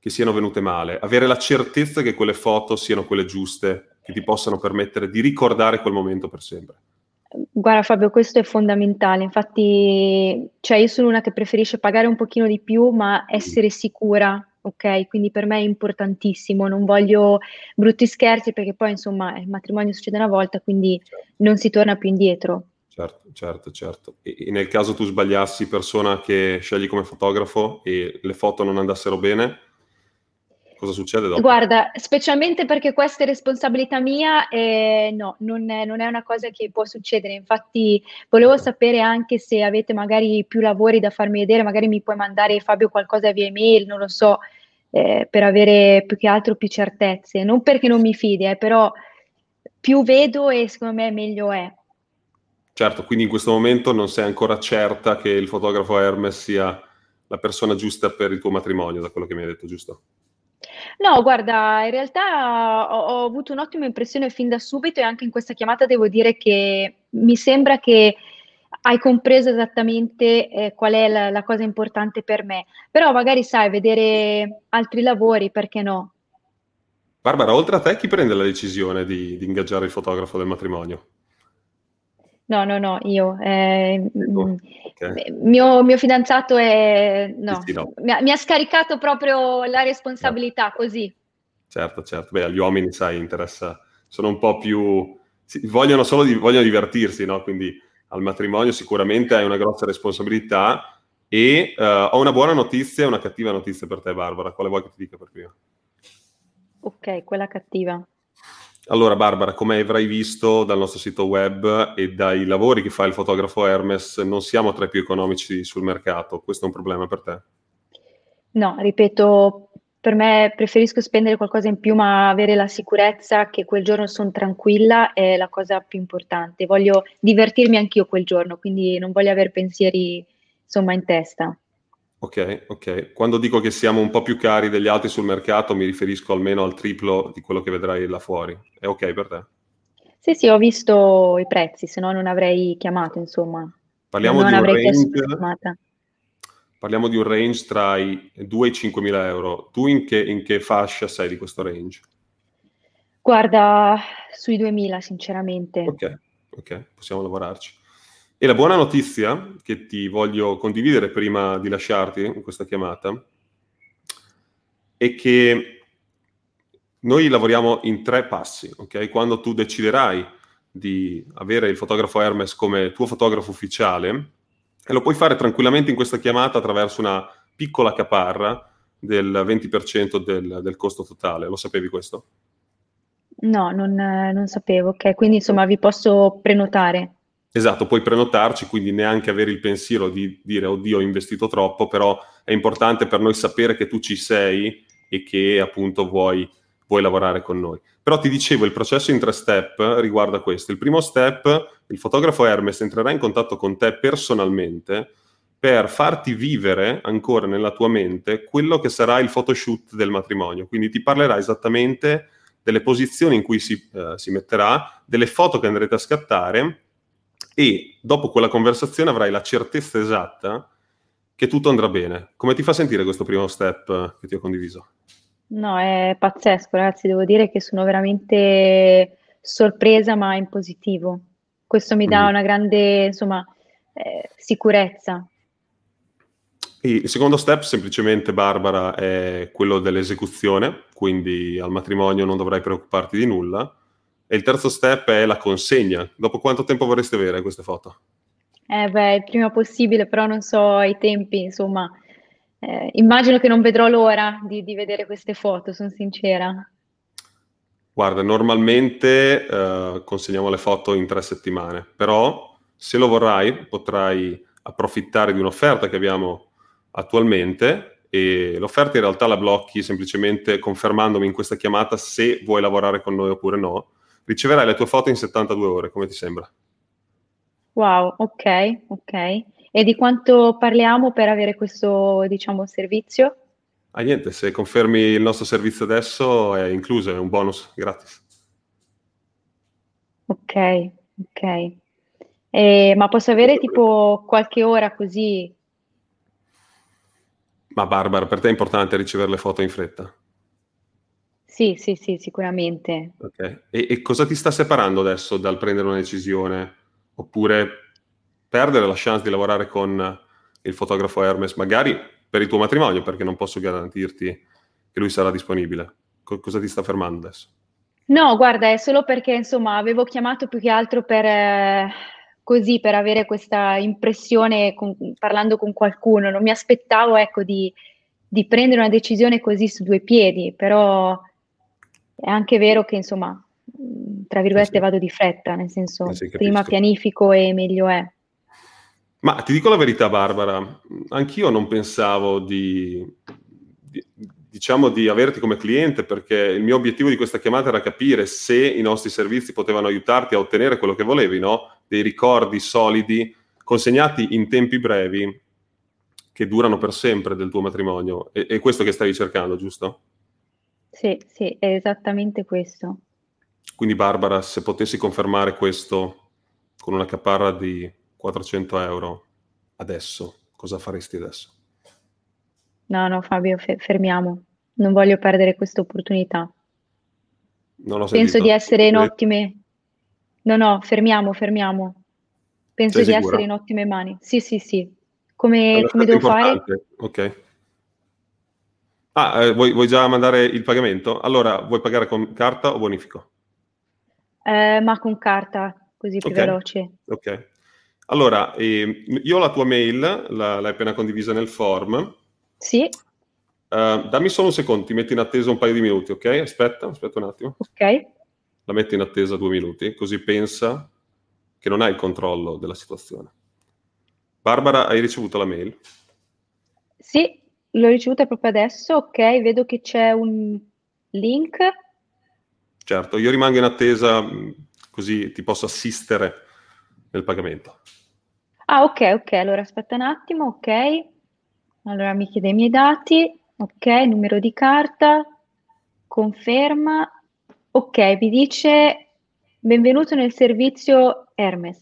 che siano venute male, avere la certezza che quelle foto siano quelle giuste, che ti possano permettere di ricordare quel momento per sempre. Guarda Fabio, questo è fondamentale, infatti, cioè io sono una che preferisce pagare un pochino di più, ma essere sicura, ok? Quindi per me è importantissimo, non voglio brutti scherzi perché poi insomma il matrimonio succede una volta, quindi Certo. non si torna più indietro. Certo, certo, certo. E, e nel caso tu sbagliassi persona che scegli come fotografo e le foto non andassero bene, cosa succede dopo? Guarda, specialmente perché questa è responsabilità mia, eh, no, non è, non è una cosa che può succedere. Infatti, volevo sapere anche se avete magari più lavori da farmi vedere, magari mi puoi mandare Fabio qualcosa via email, non lo so, eh, per avere più che altro più certezze. Non perché non mi fidi, eh, però più vedo e secondo me meglio è. Certo, quindi in questo momento non sei ancora certa che il fotografo Hermes sia la persona giusta per il tuo matrimonio, da quello che mi hai detto, giusto? No, guarda, in realtà ho, ho avuto un'ottima impressione fin da subito e anche in questa chiamata devo dire che mi sembra che hai compreso esattamente eh, qual è la, la cosa importante per me. Però magari sai, vedere altri lavori, perché no? Barbara, oltre a te, chi prende la decisione di, di ingaggiare il fotografo del matrimonio? No, no, no, io. Eh, mm, Ecco, ok. mio, mio fidanzato è... Sì, no, sì, no. mi ha, mi ha scaricato proprio la Certo, responsabilità così. certo, certo. Beh, agli uomini, sai, interessa, sono un po' più... sì, vogliono solo di- vogliono divertirsi, no? Quindi al matrimonio sicuramente hai una grossa responsabilità e eh, ho una buona notizia e una cattiva notizia per te, Barbara. Quale vuoi che ti dica per prima? Ok, quella cattiva. Allora, Barbara, come avrai visto dal nostro sito web e dai lavori che fa il fotografo Hermes, non siamo tra i più economici sul mercato. Questo è un problema per te? No, ripeto, per me preferisco spendere qualcosa in più, ma avere la sicurezza che quel giorno sono tranquilla è la cosa più importante. Voglio divertirmi anch'io quel giorno, quindi non voglio avere pensieri, insomma, in testa. Ok, ok. Quando dico che siamo un po' più cari degli altri sul mercato, mi riferisco almeno al triplo di quello che vedrai là fuori. È ok per te? Sì, sì, ho visto i prezzi, se no non avrei chiamato, insomma, Parliamo di non un avrei chiesto una range, chiamata. parliamo di un range tra i due e i cinquemila euro. Tu in che, in che fascia sei di questo range? Guarda, sui duemila, sinceramente. Ok, ok, possiamo lavorarci. E la buona notizia che ti voglio condividere prima di lasciarti in questa chiamata è che noi lavoriamo in tre passi, ok? Quando tu deciderai di avere il fotografo Hermes come tuo fotografo ufficiale, e lo puoi fare tranquillamente in questa chiamata attraverso una piccola caparra del venti per cento del, del costo totale. Lo sapevi questo? No, non, eh, non sapevo. Ok, quindi insomma vi posso prenotare. Esatto, puoi prenotarci, quindi neanche avere il pensiero di dire oddio ho investito troppo, però è importante per noi sapere che tu ci sei e che appunto vuoi, vuoi lavorare con noi. Però ti dicevo, il processo in tre step riguarda questo. Il primo step, il fotografo Hermes entrerà in contatto con te personalmente per farti vivere ancora nella tua mente quello che sarà il photoshoot del matrimonio. Quindi ti parlerà esattamente delle posizioni in cui si, eh, si metterà, delle foto che andrete a scattare e dopo quella conversazione avrai la certezza esatta che tutto andrà bene. Come ti fa sentire questo primo step che ti ho condiviso? No, è pazzesco, ragazzi, devo dire che sono veramente sorpresa, ma in positivo. Questo mi dà Mm. una grande, insomma, eh, sicurezza. E il secondo step, semplicemente, Barbara, è quello dell'esecuzione, quindi al matrimonio non dovrai preoccuparti di nulla. E il terzo step è la consegna. Dopo quanto tempo vorresti avere queste foto? Eh, beh, il prima possibile, però non so i tempi, insomma, eh, immagino che non vedrò l'ora di, di vedere queste foto, sono sincera. Guarda, normalmente eh, consegniamo le foto in tre settimane, però se lo vorrai potrai approfittare di un'offerta che abbiamo attualmente e l'offerta in realtà la blocchi semplicemente confermandomi in questa chiamata se vuoi lavorare con noi oppure no. Riceverai le tue foto in settantadue ore, come ti sembra? Wow, ok, ok. E di quanto parliamo per avere questo, diciamo, servizio? Ah, niente, se confermi il nostro servizio adesso è incluso, è un bonus gratis. Ok, ok. Eh, ma posso avere tipo qualche ora così? Ma Barbara, per te è importante ricevere le foto in fretta? Sì, sì, sì, sicuramente. Ok. E, e cosa ti sta separando adesso dal prendere una decisione? Oppure perdere la chance di lavorare con il fotografo Hermes, magari per il tuo matrimonio, perché non posso garantirti che lui sarà disponibile. Co- cosa ti sta fermando adesso? No, guarda, è solo perché insomma avevo chiamato più che altro per eh, così, per avere questa impressione con- parlando con qualcuno. Non mi aspettavo, ecco, di, di prendere una decisione così su due piedi, però è anche vero che insomma, mh, tra Eh virgolette, sì, vado di fretta, nel eh senso, sì, prima capisco. pianifico e meglio è. Ma ti dico la verità, Barbara, anch'io non pensavo di, di- diciamo, di averti come cliente, perché il mio obiettivo di questa chiamata era capire se i nostri servizi potevano aiutarti a ottenere quello che volevi, no? Dei ricordi solidi, consegnati in tempi brevi, che durano per sempre del tuo matrimonio. E, è questo che stavi cercando, giusto? Sì, sì, è esattamente questo. Quindi, Barbara, se potessi confermare questo con una caparra di quattrocento euro adesso, cosa faresti adesso? No, no, Fabio, fe- fermiamo. Non voglio perdere questa opportunità. Non ho Penso di sentito. essere in ottime... No, no, fermiamo, fermiamo. Penso Sei di sicura? essere in ottime mani. Sì, sì, sì. È un Come, come aspetto devo fare? importante. Ok. Ah, eh, vuoi, vuoi già mandare il pagamento? Allora, vuoi pagare con carta o bonifico? Eh, ma con carta, così più Ok, veloce. ok. Allora, eh, io ho la tua mail, la- l'hai appena condivisa nel form. Sì, Eh, dammi solo un secondo, ti metto in attesa un paio di minuti, ok? Aspetta, aspetta un attimo. ok. La metto in attesa due minuti, così pensa che non hai il controllo della situazione. Barbara, hai ricevuto la mail? Sì, l'ho ricevuta proprio adesso. Ok, vedo che c'è un link. Certo, io rimango in attesa, mh, così ti posso assistere nel pagamento. Ah, ok, ok. Allora aspetta un attimo. Ok. Allora mi chiede i miei dati. Ok, numero di carta. Conferma. Ok, vi dice benvenuto nel servizio Hermes.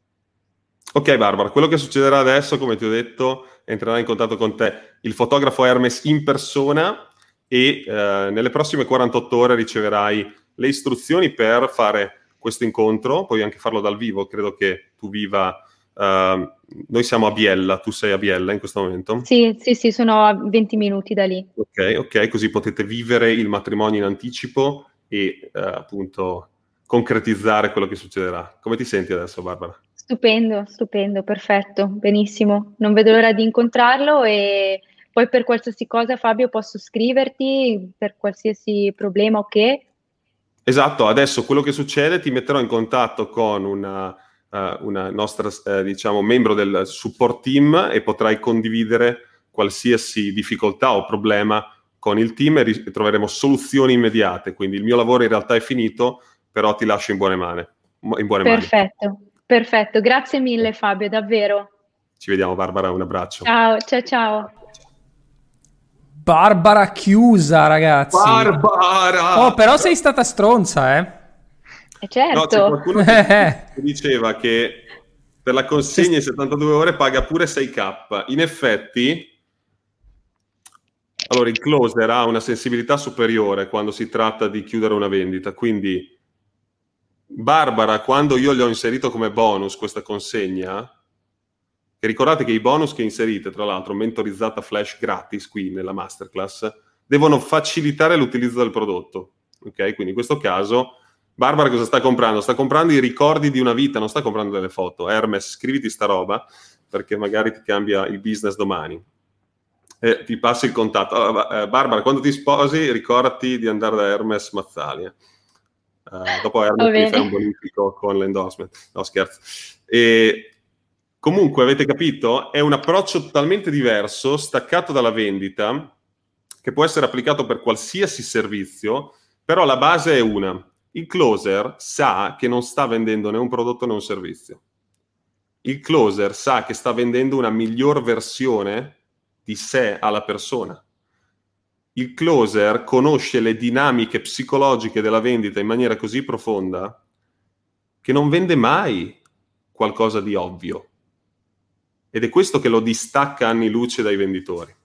Ok, Barbara, quello che succederà adesso, come ti ho detto, entrerà in contatto con te il fotografo Hermes in persona e eh, nelle prossime quarantotto ore riceverai le istruzioni per fare questo incontro. Puoi anche farlo dal vivo, credo che tu viva... eh, noi siamo a Biella, tu sei a Biella in questo momento? Sì, sì, sì, sono a venti minuti da lì. Ok, ok, così potete vivere il matrimonio in anticipo e eh, appunto concretizzare quello che succederà. Come ti senti adesso, Barbara? Stupendo, stupendo, perfetto, benissimo. Non vedo l'ora di incontrarlo e poi per qualsiasi cosa, Fabio, posso scriverti per qualsiasi problema o che. Esatto, adesso quello che succede, ti metterò in contatto con una, eh, una nostra, eh, diciamo, membro del support team e potrai condividere qualsiasi difficoltà o problema con il team e ri- troveremo soluzioni immediate. Quindi il mio lavoro in realtà è finito, però ti lascio in buone mani. In buone mani. Perfetto, perfetto. Grazie mille, Fabio, davvero. Ci vediamo, Barbara, un abbraccio. Ciao, ciao, ciao. Barbara chiusa, ragazzi. Barbara! Oh, però sei stata stronza, eh. E No, c'è certo. qualcuno che che diceva che per la consegna Se- in settantadue ore paga pure sei K. In effetti, allora il closer ha una sensibilità superiore quando si tratta di chiudere una vendita, quindi Barbara, quando io gli ho inserito come bonus questa consegna, e ricordate che i bonus che inserite, tra l'altro, mentorizzata flash gratis qui nella masterclass, devono facilitare l'utilizzo del prodotto. Ok? Quindi in questo caso, Barbara cosa sta comprando? Sta comprando i ricordi di una vita, non sta comprando delle foto. Hermes, scriviti sta roba, perché magari ti cambia il business domani. Eh, ti passo il contatto. Allora, eh, Barbara, quando ti sposi, ricordati di andare da Hermes Mazzali. eh. Eh, dopo Va Hermes mi fai un bene. bonifico con l'endorsement. No, scherzo. E comunque, avete capito? È un approccio totalmente diverso, staccato dalla vendita, che può essere applicato per qualsiasi servizio, però la base è una. Il closer sa che non sta vendendo né un prodotto né un servizio. Il closer sa che sta vendendo una miglior versione di sé alla persona. Il closer conosce le dinamiche psicologiche della vendita in maniera così profonda che non vende mai qualcosa di ovvio. Ed è questo che lo distacca anni luce dai venditori.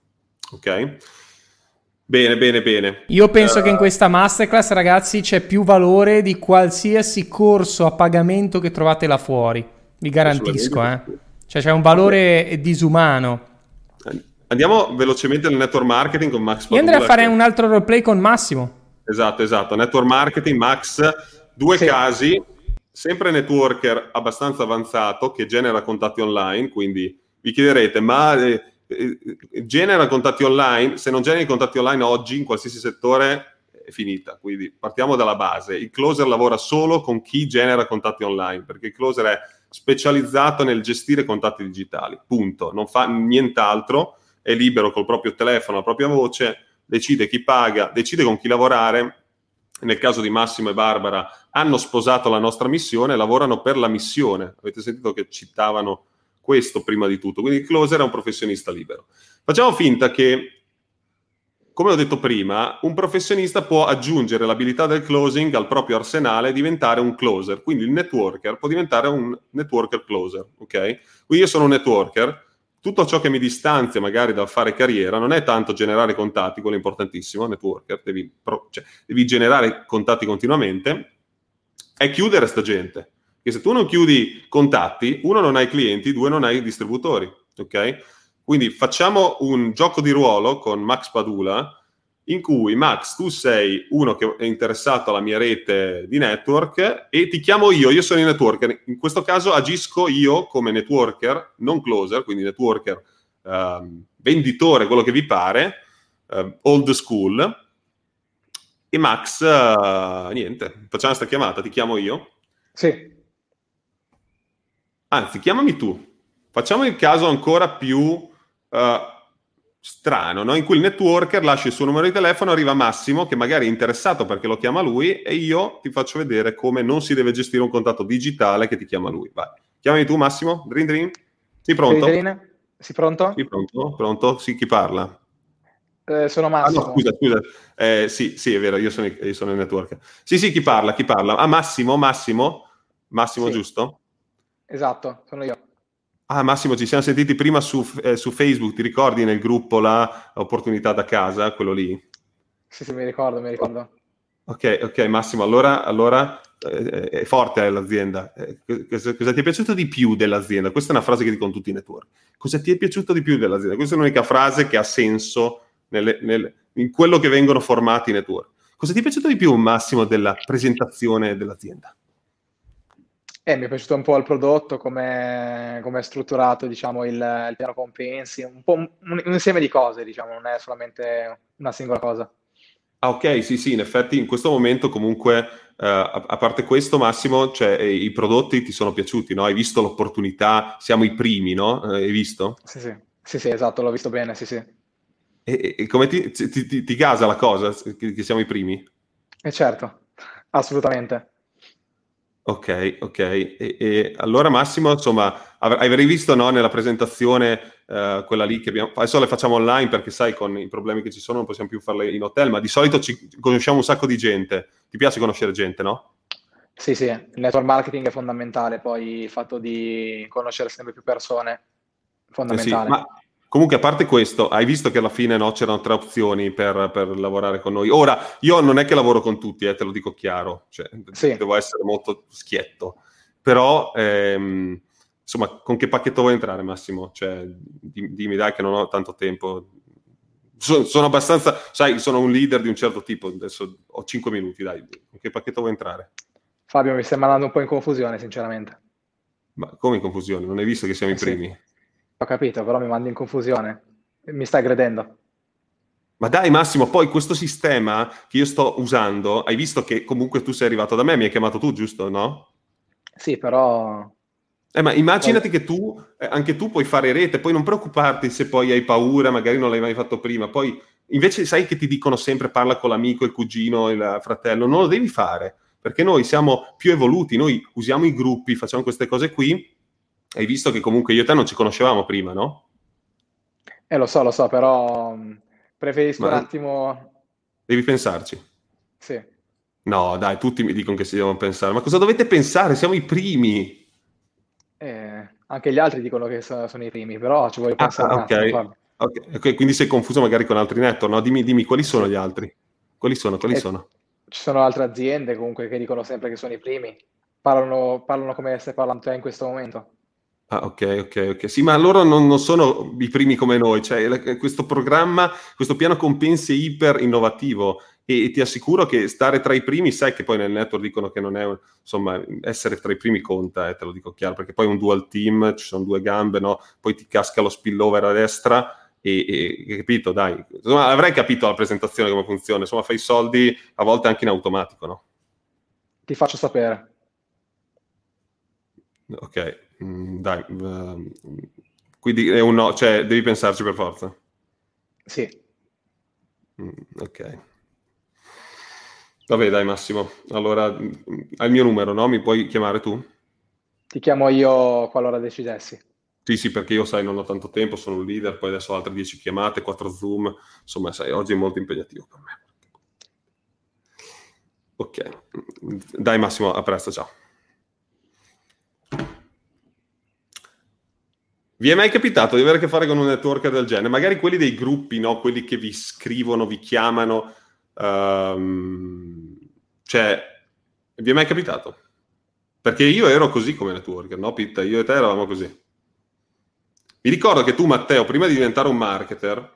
Ok? Bene, bene, bene. Io penso uh, che in questa masterclass, ragazzi, c'è più valore di qualsiasi corso a pagamento che trovate là fuori. Vi garantisco, eh. Cioè c'è un valore okay. disumano. Andiamo velocemente nel network marketing con Max Padula. Io andrei a fare che... un altro roleplay con Massimo. Esatto, esatto. Network marketing, Max, due sì. casi, sempre networker abbastanza avanzato che genera contatti online, quindi vi chiederete, ma... Eh, genera contatti online, se non generi contatti online oggi in qualsiasi settore è finita, quindi partiamo dalla base. Il closer lavora solo con chi genera contatti online, perché il closer è specializzato nel gestire contatti digitali, punto, non fa nient'altro, è libero col proprio telefono, la propria voce, decide chi paga, decide con chi lavorare. Nel caso di Massimo e Barbara hanno sposato la nostra missione, lavorano per la missione, avete sentito che citavano questo prima di tutto, quindi il closer è un professionista libero. Facciamo finta che, come ho detto prima, un professionista può aggiungere l'abilità del closing al proprio arsenale e diventare un closer, quindi il networker può diventare un networker closer, ok? Quindi io sono un networker, tutto ciò che mi distanzia magari dal fare carriera non è tanto generare contatti, quello è importantissimo, networker, devi, cioè, devi generare contatti continuamente, è chiudere sta gente. Che se tu non chiudi contatti, uno non hai clienti, due non hai distributori, ok? Quindi facciamo un gioco di ruolo con Max Padula, in cui Max, tu sei uno che è interessato alla mia rete di network e ti chiamo io, io sono il networker. In questo caso agisco io come networker, non closer, quindi networker, uh, venditore, quello che vi pare, uh, old school. E Max, uh, niente, facciamo questa chiamata, ti chiamo io? Sì. Anzi, chiamami tu. Facciamo il caso ancora più uh, strano, no? In cui il networker lascia il suo numero di telefono, arriva Massimo, che magari è interessato perché lo chiama lui, e io ti faccio vedere come non si deve gestire un contatto digitale che ti chiama lui. Vai. Chiamami tu, Massimo? Drin drin? Sei pronto? Drin? Sei pronto? Sei pronto? Pronto? Sì, chi parla? Eh, sono Massimo. Ah, no, scusa, scusa. Eh, sì, sì, è vero, io sono, io sono il networker. Sì, sì, chi parla? Chi parla? Ah, Massimo, Massimo? Massimo, sì. Giusto? Esatto, sono io. Ah, Massimo, ci siamo sentiti prima su, eh, su Facebook, ti ricordi nel gruppo la opportunità da casa, quello lì? Sì, sì, mi ricordo, mi ricordo. Ok, ok, Massimo, allora, allora eh, è forte eh, l'azienda. Eh, cosa, cosa ti è piaciuto di più dell'azienda? Questa è una frase che dicono tutti i network. Cosa ti è piaciuto di più dell'azienda? Questa è l'unica frase che ha senso nelle, nelle, in quello che vengono formati i network. Cosa ti è piaciuto di più, Massimo, della presentazione dell'azienda? Eh, mi è piaciuto un po' il prodotto, come è strutturato, diciamo, il, il piano compensi, un po' un, un insieme di cose, diciamo, non è solamente una singola cosa. Ah, ok, sì, sì, in effetti in questo momento comunque, uh, a, a parte questo, Massimo, cioè, eh, i prodotti ti sono piaciuti, no? Hai visto l'opportunità, siamo i primi, no? Eh, hai visto? Sì, sì, sì, sì, esatto, l'ho visto bene, sì, sì. E, e come ti, ti, ti, ti gasa la cosa, che, che siamo i primi? Eh certo, assolutamente. Ok, ok. E, e allora Massimo, insomma, avrei visto, no, nella presentazione uh, quella lì che abbiamo... Adesso le facciamo online perché, sai, con i problemi che ci sono non possiamo più farle in hotel, ma di solito ci conosciamo un sacco di gente. Ti piace conoscere gente, no? Sì, sì, il network marketing è fondamentale, poi il fatto di conoscere sempre più persone è fondamentale. Eh sì, ma comunque, a parte questo, hai visto che alla fine, no, c'erano tre opzioni per, per lavorare con noi. Ora, io non è che lavoro con tutti, eh, te lo dico chiaro, cioè, sì. Devo essere molto schietto, però, ehm, insomma, con che pacchetto vuoi entrare, Massimo? Cioè, dimmi, dimmi dai che non ho tanto tempo. Sono, sono abbastanza, sai, sono un leader di un certo tipo, adesso ho cinque minuti, dai, con che pacchetto vuoi entrare? Fabio, mi stai mandando un po' in confusione, sinceramente. Ma come in confusione? Non hai visto che siamo eh i primi? Sì. Ho capito, però mi mandi in confusione. Mi stai aggredendo. Ma dai Massimo, poi questo sistema che io sto usando, hai visto che comunque tu sei arrivato da me, mi hai chiamato tu, giusto, no? Sì, però... Eh, ma immaginati che tu, eh, anche tu puoi fare rete, poi non preoccuparti se poi hai paura, magari non l'hai mai fatto prima, poi invece sai che ti dicono sempre parla con l'amico, il cugino, il fratello, non lo devi fare, perché noi siamo più evoluti, noi usiamo i gruppi, facciamo queste cose qui. Hai visto che comunque io e te non ci conoscevamo prima, no? Eh, lo so, lo so, però preferisco Ma un attimo... Devi pensarci. Sì. No, dai, tutti mi dicono che si devono pensare. Ma cosa dovete pensare? Siamo i primi. Eh, anche gli altri dicono che sono, sono i primi, però ci voglio pensare ah, un attimo. ok. Guarda. Okay, ok, quindi sei confuso magari con altri network, no? Dimmi, dimmi quali sono gli altri? Quali sono? Quali E sono? ci sono altre aziende comunque che dicono sempre che sono i primi. Parlano, parlano come stai parlando te in questo momento. Ah, ok, ok, ok. Sì, ma loro non, non sono i primi come noi, cioè la- questo programma, questo piano compensi è iper innovativo e, e ti assicuro che stare tra i primi, sai che poi nel network dicono che non è, un- insomma, essere tra i primi conta, eh, te lo dico chiaro, perché poi è un dual team, ci sono due gambe, no? Poi ti casca lo spillover a destra e, e capito, dai. Insomma, avrei capito la presentazione come funziona, insomma, fai i soldi a volte anche in automatico, no? Ti faccio sapere. Ok, mm, dai, ehm, quindi è un no, cioè devi pensarci per forza. Sì, Mm, ok. Vabbè, dai Massimo, allora mm, hai il mio numero, no? Mi puoi chiamare tu? ti chiamo io qualora decidessi. Sì, sì, perché io, sai, non ho tanto tempo, sono un leader, poi adesso ho altre dieci chiamate, quattro Zoom, insomma, sai, oggi è molto impegnativo per me. Ok, dai Massimo, a presto, ciao. Vi è mai capitato di avere a che fare con un networker del genere? Magari quelli dei gruppi, no? Quelli che vi scrivono, vi chiamano. ehm, cioè, vi è mai capitato? Perché io ero così come networker, no Pitta? Io e te eravamo così. Mi ricordo che tu, Matteo, prima di diventare un marketer,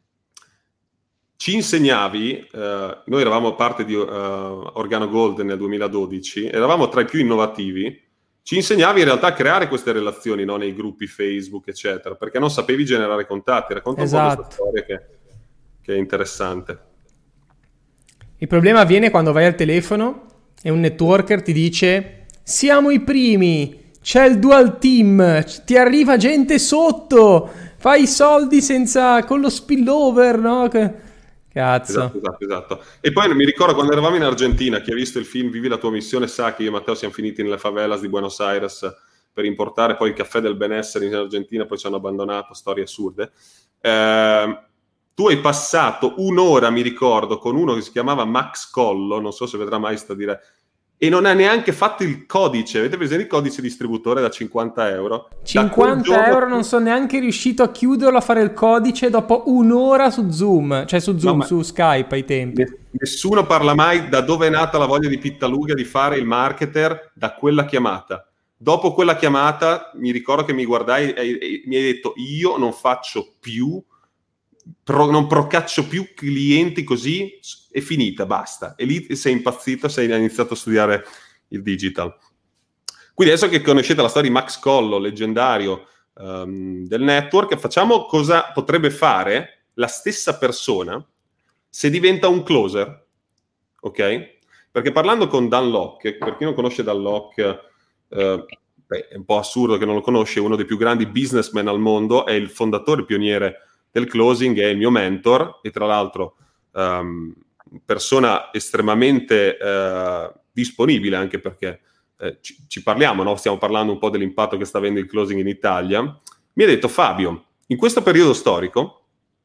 ci insegnavi, eh, noi eravamo parte di eh, Organo Gold nel duemiladodici, eravamo tra i più innovativi, ci insegnavi in realtà a creare queste relazioni, no, nei gruppi Facebook, eccetera, perché non sapevi generare contatti. Racconta un po' questa Esatto. storia che, che è interessante. Il problema avviene quando vai al telefono e un networker ti dice: siamo i primi, c'è il dual team, ti arriva gente sotto, fai i soldi senza, con lo spillover, no? Che- Cazzo. Esatto, esatto, esatto. E poi mi ricordo quando eravamo in Argentina, chi ha visto il film Vivi la tua missione sa che io e Matteo siamo finiti nelle favelas di Buenos Aires per importare poi il caffè del benessere in Argentina, poi ci hanno abbandonato, storie assurde. Eh, tu hai passato un'ora, mi ricordo, con uno che si chiamava Max Collo, non so se vedrà mai sta dire, e non ha neanche fatto il codice. Avete presente il codice distributore da cinquanta euro? cinquanta euro, non sono neanche riuscito a chiuderlo, a fare il codice dopo un'ora su Zoom, cioè su Zoom, No, su Skype ai tempi. Nessuno parla mai da dove è nata la voglia di Pittaluga di fare il marketer, da quella chiamata. Dopo quella chiamata mi ricordo che mi guardai e, e mi hai detto: io non faccio più, pro, non procaccio più clienti così, è finita, basta. E lì sei impazzito, sei iniziato a studiare il digital. Quindi adesso che conoscete la storia di Max Collo, leggendario um, del network, facciamo cosa potrebbe fare la stessa persona se diventa un closer, ok? Perché parlando con Dan Locke, per chi non conosce Dan Locke, eh, beh, è un po' assurdo che non lo conosce, è uno dei più grandi businessmen al mondo, è il fondatore pioniere del closing, è il mio mentor e tra l'altro um, persona estremamente uh, disponibile, anche perché eh, ci, ci parliamo, no? Stiamo parlando un po' dell'impatto che sta avendo il closing in Italia. Mi ha detto: Fabio, in questo periodo storico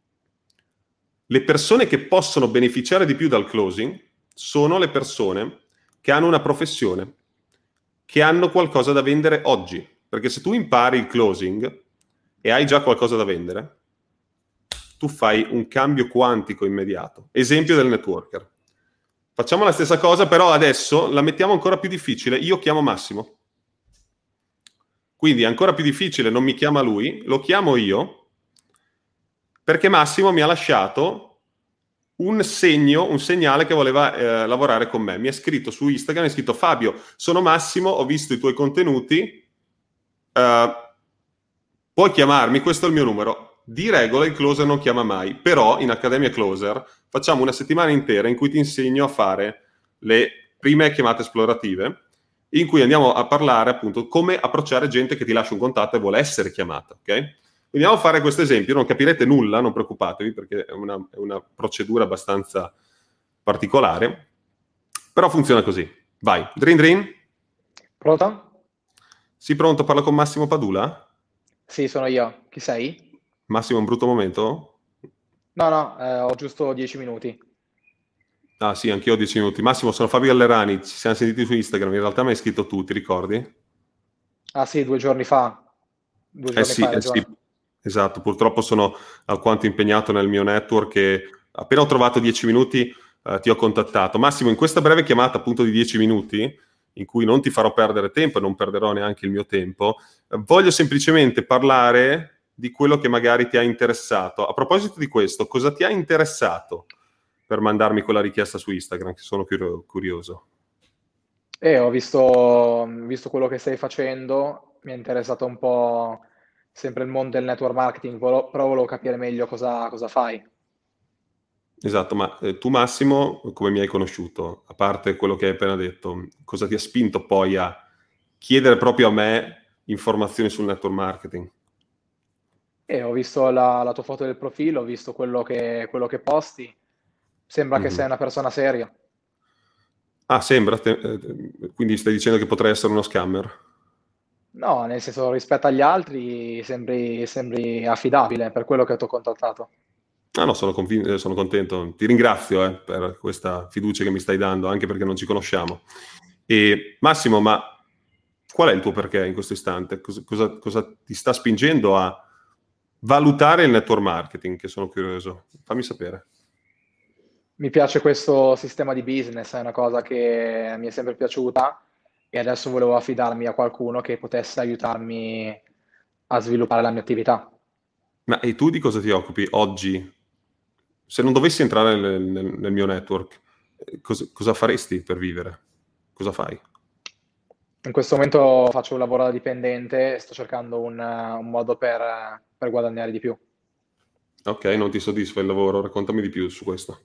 le persone che possono beneficiare di più dal closing sono le persone che hanno una professione, che hanno qualcosa da vendere oggi. Perché se tu impari il closing e hai già qualcosa da vendere, tu fai un cambio quantico immediato. Esempio del networker. Facciamo la stessa cosa, però adesso la mettiamo ancora più difficile. Io chiamo Massimo. Quindi è ancora più difficile, non mi chiama lui, lo chiamo io, perché Massimo mi ha lasciato un segno, un segnale che voleva eh, lavorare con me. Mi ha scritto su Instagram, mi ha scritto: Fabio, sono Massimo, ho visto i tuoi contenuti, uh, puoi chiamarmi, questo è il mio numero. Di regola il closer non chiama mai, però in Accademia Closer facciamo una settimana intera in cui ti insegno a fare le prime chiamate esplorative, in cui andiamo a parlare appunto come approcciare gente che ti lascia un contatto e vuole essere chiamata, ok? Quindi andiamo a fare questo esempio, non capirete nulla, non preoccupatevi, perché è una, è una procedura abbastanza particolare, però funziona così. Vai, Drin Drin? Pronto? Sì, pronto, parlo con Massimo Padula? Sì, sono io. Chi sei? Massimo, un brutto momento? No, no, eh, ho giusto dieci minuti. Ah sì, anch'io ho dieci minuti. Massimo, sono Fabio Gallerani, ci siamo sentiti su Instagram, in realtà mi hai scritto tu, ti ricordi? Ah sì, due giorni fa. Due Eh giorni sì, fa, hai eh sì, ragione. Esatto, purtroppo sono alquanto impegnato nel mio network e appena ho trovato dieci minuti eh, ti ho contattato. Massimo, in questa breve chiamata appunto di dieci minuti, in cui non ti farò perdere tempo e non perderò neanche il mio tempo, eh, voglio semplicemente parlare di quello che magari ti ha interessato. A proposito di questo, cosa ti ha interessato per mandarmi quella richiesta su Instagram, che sono curio- curioso? E ho visto, visto quello che stai facendo, mi è interessato un po' sempre il mondo del network marketing, volo- però volevo capire meglio cosa, cosa fai. Esatto, ma eh, tu Massimo, come mi hai conosciuto? A parte quello che hai appena detto, cosa ti ha spinto poi a chiedere proprio a me informazioni sul network marketing? E ho visto la, la tua foto del profilo, ho visto quello che, quello che posti, sembra che Mhm. sei una persona seria. Ah, sembra, te- eh, quindi stai dicendo che potrei essere uno scammer? No, nel senso, rispetto agli altri sembri, sembri affidabile, per quello che ti ho contattato. Ah no, sono, convin- eh, sono contento. Ti ringrazio eh, per questa fiducia che mi stai dando, anche perché non ci conosciamo. E Massimo, ma qual è il tuo perché in questo istante? Cosa, cosa- cosa ti sta spingendo a valutare il network marketing? Che sono curioso. Fammi sapere. Mi piace questo sistema di business, è una cosa che mi è sempre piaciuta e adesso volevo affidarmi a qualcuno che potesse aiutarmi a sviluppare la mia attività. Ma e tu di cosa ti occupi oggi? Se non dovessi entrare nel, nel- nel mio network, eh, cosa, cosa faresti per vivere? Cosa fai? In questo momento faccio un lavoro da dipendente e sto cercando un, un modo per, per guadagnare di più. Ok, non ti soddisfa il lavoro, raccontami di più su questo.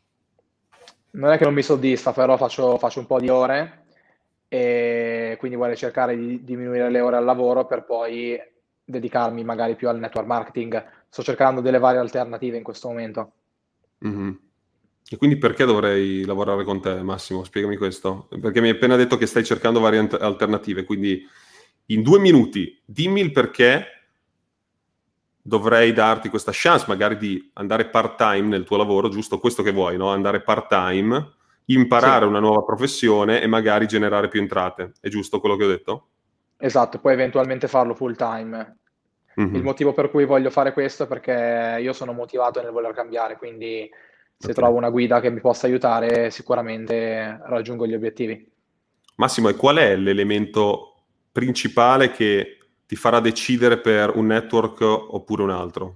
Non è che non mi soddisfa, però faccio, faccio un po' di ore e quindi vorrei cercare di diminuire le ore al lavoro per poi dedicarmi magari più al network marketing. Sto cercando delle varie alternative in questo momento. Mhm. E quindi perché dovrei lavorare con te, Massimo? Spiegami questo. Perché mi hai appena detto che stai cercando varie ant- alternative, quindi in due minuti dimmi il perché dovrei darti questa chance magari di andare part-time nel tuo lavoro, giusto questo che vuoi, no? Andare part-time, imparare Sì, una nuova professione e magari generare più entrate. È giusto quello che ho detto? esatto, poi eventualmente farlo full time. Il Mhm. motivo per cui voglio fare questo è perché io sono motivato nel voler cambiare, quindi se Ok. trovo una guida che mi possa aiutare, sicuramente raggiungo gli obiettivi. Massimo, e qual è l'elemento principale che ti farà decidere per un network oppure un altro?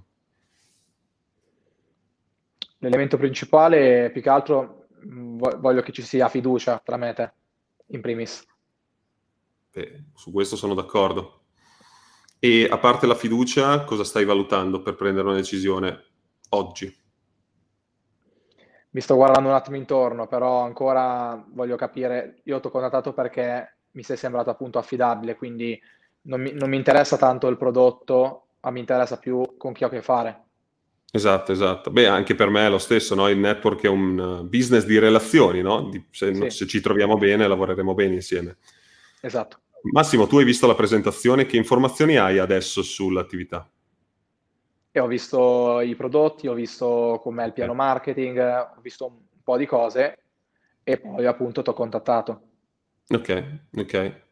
L'elemento principale, più che altro, mh, vo- voglio che ci sia fiducia tra me e te, in primis. Eh, su questo sono d'accordo. E a parte la fiducia, cosa stai valutando per prendere una decisione oggi? Mi sto guardando un attimo intorno, però ancora voglio capire. Io ti ho contattato perché mi sei sembrato appunto affidabile, quindi non mi, non mi interessa tanto il prodotto, ma mi interessa più con chi ho a che fare. Esatto, esatto. Beh, anche per me è lo stesso, no? Il network è un uh, business di relazioni, no? Di- se, Sì, se ci troviamo bene, lavoreremo bene insieme. esatto. Massimo, tu hai visto la presentazione, che informazioni hai adesso sull'attività? E ho visto i prodotti, ho visto com'è il Ok, piano marketing, ho visto un po' di cose e poi appunto ti ho contattato. ok. Ok.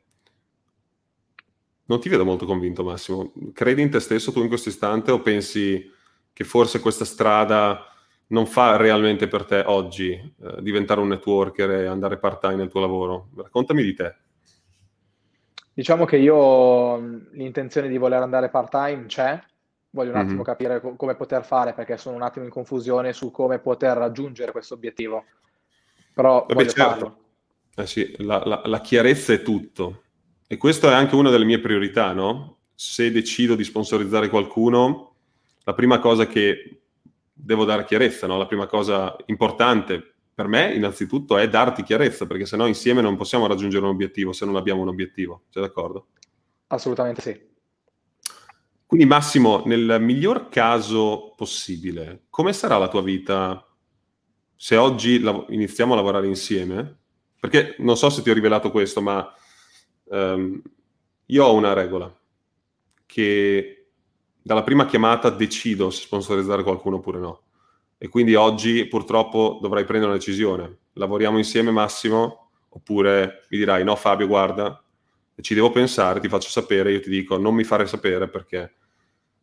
Non ti vedo molto convinto, Massimo. Credi in te stesso tu in questo istante o pensi che forse questa strada non fa realmente per te oggi, eh, diventare un networker e andare part-time nel tuo lavoro? Raccontami di te. Diciamo che io mh, l'intenzione di voler andare part-time c'è, voglio un attimo Mhm. capire co- come poter fare perché sono un attimo in confusione su come poter raggiungere questo obiettivo, però Vabbè, voglio certo. farlo, Eh sì, la, la- la chiarezza è tutto. E questa è anche una delle mie priorità, no? Se decido di sponsorizzare qualcuno, la prima cosa che devo dare chiarezza, no? La prima cosa importante per me, innanzitutto, è darti chiarezza, perché sennò insieme non possiamo raggiungere un obiettivo se non abbiamo un obiettivo. Sei d'accordo? assolutamente sì. Quindi Massimo, nel miglior caso possibile, come sarà la tua vita se oggi lav- iniziamo a lavorare insieme? Perché non so se ti ho rivelato questo, ma ehm, io ho una regola, che dalla prima chiamata decido se sponsorizzare qualcuno oppure no. E quindi oggi purtroppo dovrai prendere una decisione. Lavoriamo insieme, Massimo, oppure mi dirai no Fabio, guarda, ci devo pensare, ti faccio sapere, io ti dico non mi fare sapere perché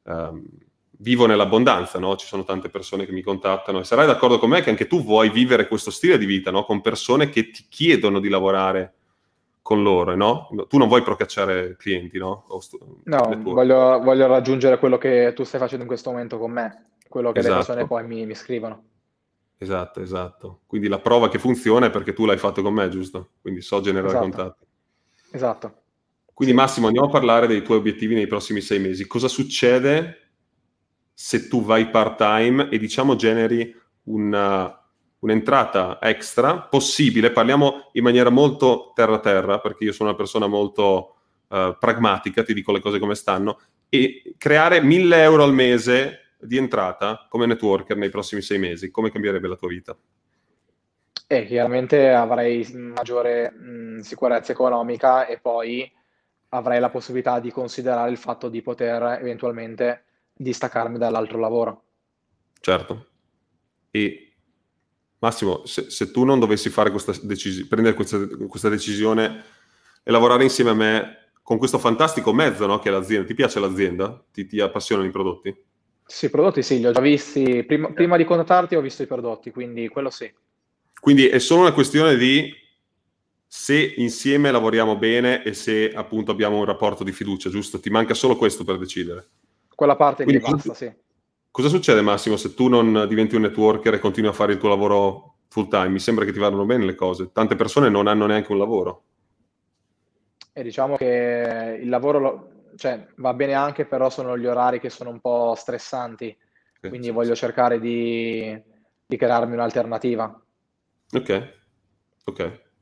um, vivo nell'abbondanza, no? Ci sono tante persone che mi contattano e sarai d'accordo con me che anche tu vuoi vivere questo stile di vita, no? Con persone che ti chiedono di lavorare con loro, no? Tu non vuoi procacciare clienti, no? Stu- no, voglio, voglio raggiungere quello che tu stai facendo in questo momento con me, quello che esatto. Le persone poi mi, mi scrivono. Esatto, esatto. Quindi la prova che funziona è perché tu l'hai fatto con me, giusto? Quindi so generare esatto. contatti. Esatto. Quindi sì. Massimo, andiamo a parlare dei tuoi obiettivi nei prossimi sei mesi. Cosa succede se tu vai part-time e diciamo generi una, un'entrata extra possibile? Parliamo in maniera molto terra-terra, perché io sono una persona molto uh, pragmatica, ti dico le cose come stanno, e creare mille euro al mese di entrata come networker nei prossimi sei mesi, come cambierebbe la tua vita? Eh, chiaramente avrei maggiore mh, sicurezza economica e poi avrei la possibilità di considerare il fatto di poter eventualmente distaccarmi dall'altro lavoro. Certo. E Massimo, se, se tu non dovessi fare questa decisione, prendere questa, questa decisione e lavorare insieme a me con questo fantastico mezzo, no, che è l'azienda, ti piace l'azienda? Ti, ti appassionano i prodotti? Sì, i prodotti sì, li ho già visti. Prima, prima di contattarti ho visto i prodotti, quindi quello sì. Quindi è solo una questione di se insieme lavoriamo bene e se appunto abbiamo un rapporto di fiducia, giusto? Ti manca solo questo per decidere. Quella parte Quindi lì basta, sì. Cosa succede, Massimo, se tu non diventi un networker e continui a fare il tuo lavoro full time? Mi sembra che ti vadano bene le cose. Tante persone non hanno neanche un lavoro. E diciamo che il lavoro lo, cioè, va bene anche, però sono gli orari che sono un po' stressanti. Okay, quindi sì, voglio sì. cercare di, di crearmi un'alternativa. Ok, ok.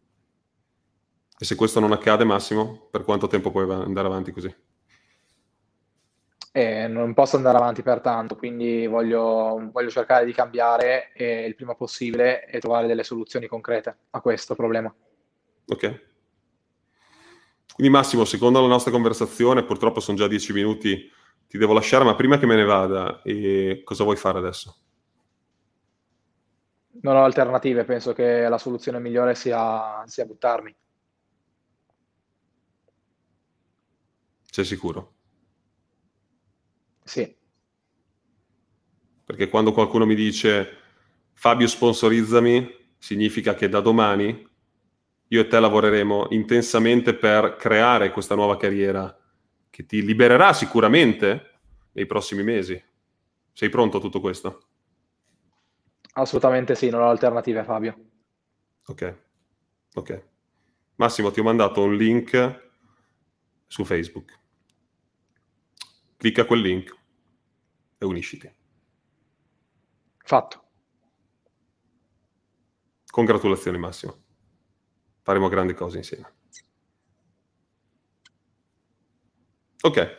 E se questo non accade, Massimo, per quanto tempo puoi andare avanti così? Eh, non posso andare avanti per tanto, quindi voglio, voglio cercare di cambiare eh, il prima possibile e trovare delle soluzioni concrete a questo problema. Ok. Quindi Massimo, secondo la nostra conversazione, purtroppo sono già dieci minuti, ti devo lasciare, ma prima che me ne vada, e cosa vuoi fare adesso? Non ho alternative, penso che la soluzione migliore sia, sia buttarmi. Sei sicuro? Sì. Perché quando qualcuno mi dice Fabio sponsorizzami, significa che da domani io e te lavoreremo intensamente per creare questa nuova carriera che ti libererà sicuramente nei prossimi mesi. Sei pronto a tutto questo? Assolutamente sì, non ho alternative, Fabio. Ok, ok. Massimo, ti ho mandato un link su Facebook. Clicca quel link e unisciti. Fatto. Congratulazioni, Massimo. Faremo grandi cose insieme. Ok.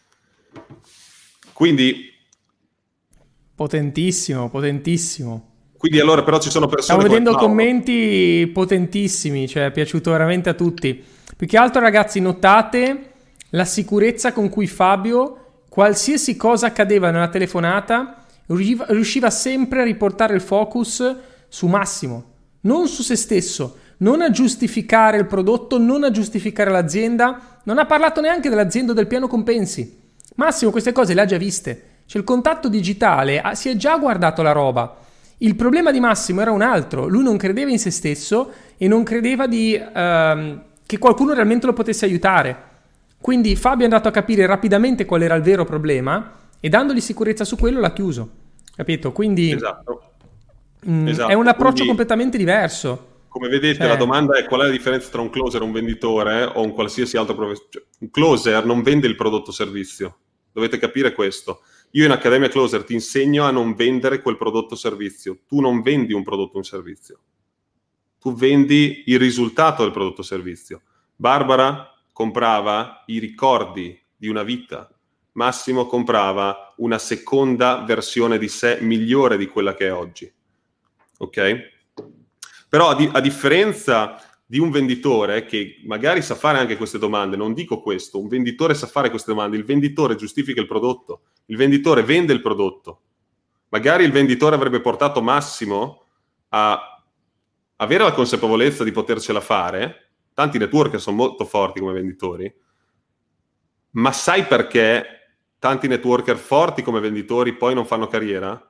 Quindi... Potentissimo, potentissimo. Quindi allora però ci sono persone... Stavo vedendo commenti potentissimi, cioè è piaciuto veramente a tutti. Più che altro, ragazzi, notate la sicurezza con cui Fabio, qualsiasi cosa accadeva nella telefonata, riusciva, riusciva sempre a riportare il focus su Massimo, non su se stesso, non a giustificare il prodotto, non a giustificare l'azienda, non ha parlato neanche dell'azienda o del piano compensi. Massimo queste cose le ha già viste, cioè il contatto digitale, ah, si è già guardato la roba. Il problema di Massimo era un altro, lui non credeva in se stesso e non credeva di, ehm, che qualcuno realmente lo potesse aiutare. Quindi Fabio è andato a capire rapidamente qual era il vero problema e dandogli sicurezza su quello l'ha chiuso, capito? Quindi esatto. mh, esatto. è un approccio Quindi, completamente diverso. Come vedete, cioè... la domanda è: qual è la differenza tra un closer, un venditore o un qualsiasi altro professionista? Cioè, un closer non vende il prodotto o servizio, dovete capire questo. Io in Accademia Closer ti insegno a non vendere quel prodotto o servizio. Tu non vendi un prodotto o un servizio, tu vendi il risultato del prodotto o servizio. Barbara comprava i ricordi di una vita, Massimo comprava una seconda versione di sé migliore di quella che è oggi. Ok? Però a, di- a differenza di un venditore che magari sa fare anche queste domande, non dico questo, un venditore sa fare queste domande, il venditore giustifica il prodotto, il venditore vende il prodotto. Magari il venditore avrebbe portato Massimo a avere la consapevolezza di potercela fare, tanti networker sono molto forti come venditori, ma sai perché tanti networker forti come venditori poi non fanno carriera?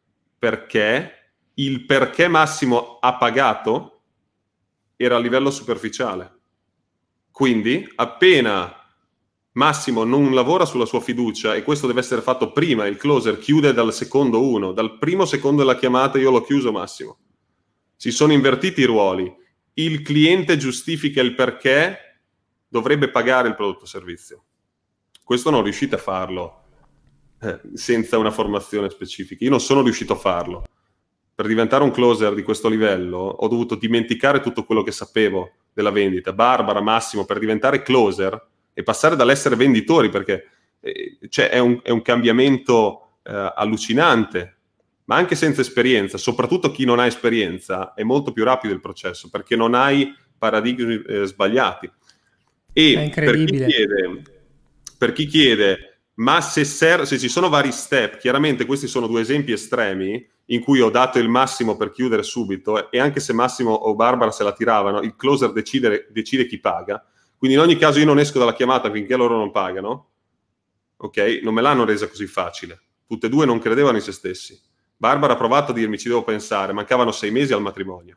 Perché il perché Massimo ha pagato era a livello superficiale. Quindi, appena Massimo non lavora sulla sua fiducia, e questo deve essere fatto prima, il closer chiude dal secondo uno, dal primo secondo della chiamata io l'ho chiuso Massimo. Si sono invertiti i ruoli. Il cliente giustifica il perché dovrebbe pagare il prodotto o servizio. Questo non riuscite a farlo eh, senza una formazione specifica. Io non sono riuscito a farlo. Per diventare un closer di questo livello ho dovuto dimenticare tutto quello che sapevo della vendita. Barbara, Massimo, per diventare closer e passare dall'essere venditori, perché eh, cioè, è, un, è un cambiamento eh, allucinante, ma anche senza esperienza, soprattutto chi non ha esperienza, è molto più rapido il processo, perché non hai paradigmi eh, sbagliati. E per chi chiede, per chi chiede ma se, ser- se ci sono vari step, chiaramente questi sono due esempi estremi in cui ho dato il massimo per chiudere subito, e anche se Massimo o Barbara se la tiravano, il closer decide, decide chi paga. Quindi in ogni caso io non esco dalla chiamata finché loro non pagano, ok? Non me l'hanno resa così facile. Tutte e due non credevano in se stessi. Barbara ha provato a dirmi ci devo pensare, mancavano sei mesi al matrimonio.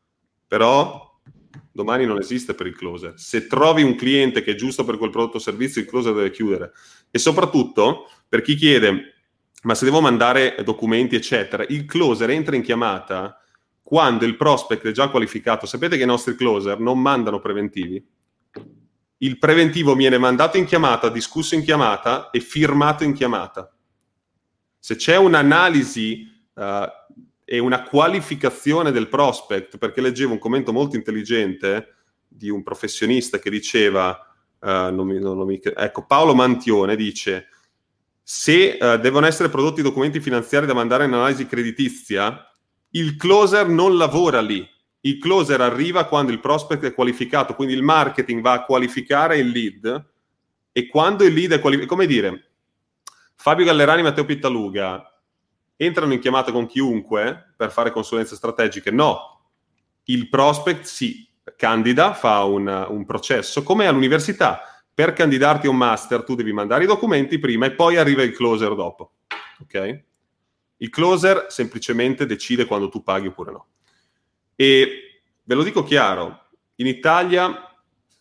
Però domani non esiste per il closer. Se trovi un cliente che è giusto per quel prodotto o servizio, il closer deve chiudere. E soprattutto, per chi chiede, ma se devo mandare documenti, eccetera, il closer entra in chiamata quando il prospect è già qualificato. Sapete che i nostri closer non mandano preventivi? Il preventivo viene mandato in chiamata, discusso in chiamata e firmato in chiamata. Se c'è un'analisi uh, e una qualificazione del prospect, perché leggevo un commento molto intelligente di un professionista che diceva, uh, non mi, non, non mi, ecco, Paolo Mantione dice, se uh, devono essere prodotti documenti finanziari da mandare in analisi creditizia, il closer non lavora lì. Il closer arriva quando il prospect è qualificato, quindi il marketing va a qualificare il lead, e quando il lead è qualificato, come dire, Fabio Gallerani e Matteo Pittaluga entrano in chiamata con chiunque per fare consulenze strategiche? No. Il prospect si candida, fa un, un processo, come all'università. Per candidarti a un master tu devi mandare i documenti prima e poi arriva il closer dopo. Ok? Il closer semplicemente decide quando tu paghi oppure no. E ve lo dico chiaro, in Italia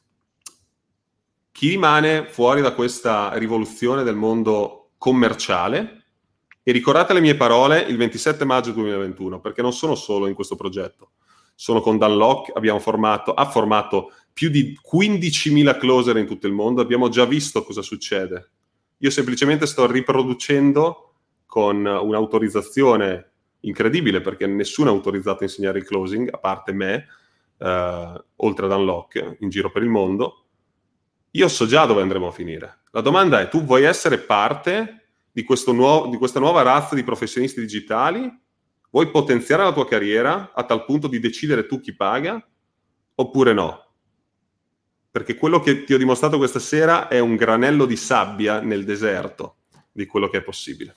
chi rimane fuori da questa rivoluzione del mondo commerciale, e ricordate le mie parole il ventisette maggio duemilaventuno, perché non sono solo in questo progetto, sono con Dan Lok, abbiamo formato, ha formato più di quindicimila closer in tutto il mondo, abbiamo già visto cosa succede. Io semplicemente sto riproducendo con un'autorizzazione incredibile, perché nessuno è autorizzato a insegnare il closing, a parte me, eh, oltre ad Unlock, in giro per il mondo. Io so già dove andremo a finire. La domanda è, tu vuoi essere parte di, questo nuovo, di questa nuova razza di professionisti digitali? Vuoi potenziare la tua carriera a tal punto di decidere tu chi paga? Oppure no? Perché quello che ti ho dimostrato questa sera è un granello di sabbia nel deserto di quello che è possibile.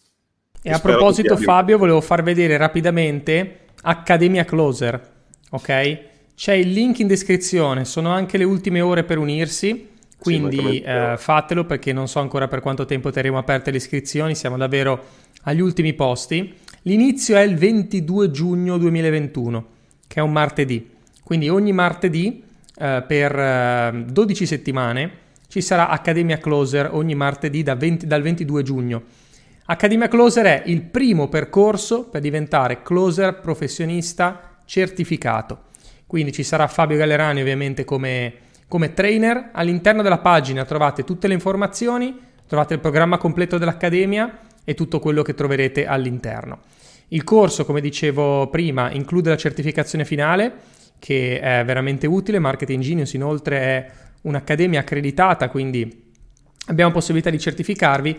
E a proposito, Fabio, volevo far vedere rapidamente Accademia Closer, ok? C'è il link in descrizione, sono anche le ultime ore per unirsi, quindi sì, eh, fatelo, perché non so ancora per quanto tempo terremo aperte le iscrizioni, siamo davvero agli ultimi posti. L'inizio è il ventidue giugno duemilaventuno, che è un martedì, quindi ogni martedì eh, per eh, dodici settimane ci sarà Accademia Closer ogni martedì da venti, dal ventidue giugno. Accademia Closer è il primo percorso per diventare closer professionista certificato. Quindi ci sarà Fabio Gallerani ovviamente come, come trainer. All'interno della pagina trovate tutte le informazioni, trovate il programma completo dell'Accademia e tutto quello che troverete all'interno. Il corso, come dicevo prima, include la certificazione finale, che è veramente utile. Marketing Genius inoltre è un'accademia accreditata, quindi abbiamo possibilità di certificarvi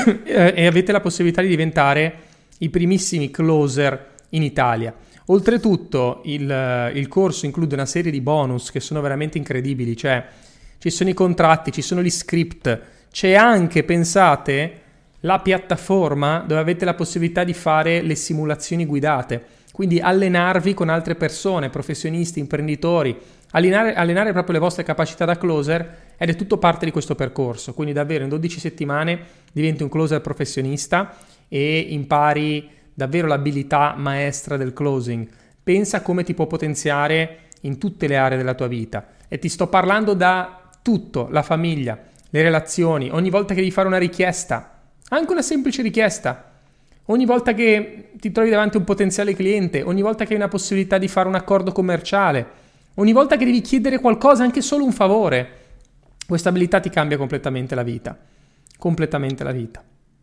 e avete la possibilità di diventare i primissimi closer in Italia. Oltretutto il, il corso include una serie di bonus che sono veramente incredibili, cioè ci sono i contratti, ci sono gli script, c'è anche, pensate, la piattaforma dove avete la possibilità di fare le simulazioni guidate, quindi allenarvi con altre persone, professionisti, imprenditori, allenare, allenare proprio le vostre capacità da closer ed è tutto parte di questo percorso. Quindi davvero in dodici settimane diventi un closer professionista e impari davvero l'abilità maestra del closing. Pensa come ti può potenziare in tutte le aree della tua vita, e ti sto parlando da tutto: la famiglia, le relazioni, ogni volta che devi fare una richiesta, anche una semplice richiesta, ogni volta che ti trovi davanti a un potenziale cliente, ogni volta che hai una possibilità di fare un accordo commerciale, ogni volta che devi chiedere qualcosa, anche solo un favore. Questa abilità ti cambia completamente la vita, completamente la vita.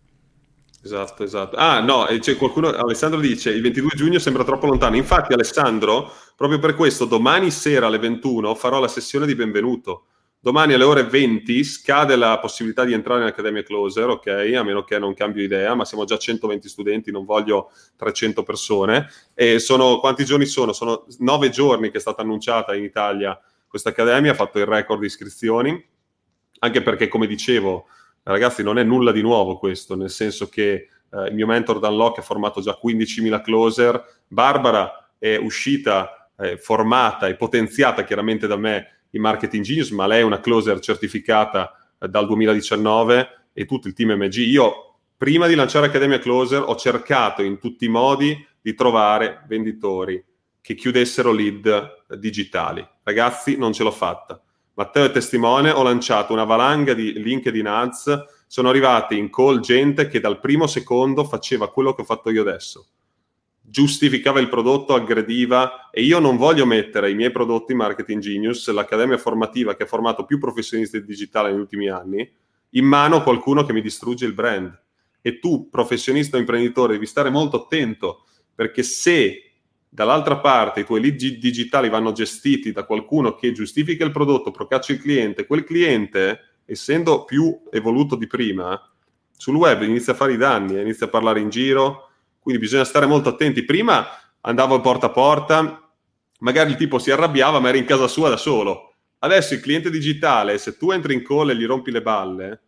Esatto, esatto. Ah, no, c'è qualcuno, Alessandro dice, il ventidue giugno sembra troppo lontano. Infatti, Alessandro, proprio per questo, domani sera alle ventuno farò la sessione di benvenuto. Domani alle ore venti scade la possibilità di entrare in Accademia Closer, ok? A meno che non cambio idea, ma siamo già centoventi studenti, non voglio trecento persone. E sono, quanti giorni sono? Sono nove giorni che è stata annunciata in Italia questa accademia, ha fatto il record di iscrizioni, anche perché, come dicevo, ragazzi, non è nulla di nuovo questo, nel senso che eh, il mio mentor Dan Locke ha formato già quindicimila closer, Barbara è uscita, eh, formata e potenziata chiaramente da me in Marketing Genius, ma lei è una closer certificata eh, dal duemiladiciannove e tutto il team M G. Io, prima di lanciare Accademia Closer, ho cercato in tutti i modi di trovare venditori che chiudessero lead digitali. Ragazzi, non ce l'ho fatta. Matteo è testimone, ho lanciato una valanga di LinkedIn Ads, sono arrivati in call gente che dal primo secondo faceva quello che ho fatto io adesso. Giustificava il prodotto, aggrediva, e io non voglio mettere i miei prodotti in Marketing Genius, l'accademia formativa che ha formato più professionisti di digitale negli ultimi anni, in mano a qualcuno che mi distrugge il brand. E tu, professionista o imprenditore, devi stare molto attento, perché se dall'altra parte i tuoi lead digitali vanno gestiti da qualcuno che giustifica il prodotto, procaccia il cliente, quel cliente, essendo più evoluto di prima, sul web inizia a fare i danni, inizia a parlare in giro, quindi bisogna stare molto attenti. Prima andavo porta a porta, magari il tipo si arrabbiava ma era in casa sua da solo. Adesso il cliente digitale, se tu entri in call e gli rompi le balle,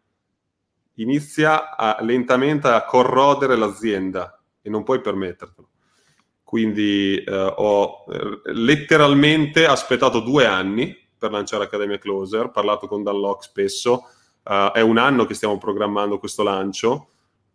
inizia a, lentamente a corrodere l'azienda e non puoi permettertelo. Quindi eh, ho eh, letteralmente aspettato due anni per lanciare Accademia Closer, ho parlato con Dan Locke spesso, uh, è un anno che stiamo programmando questo lancio.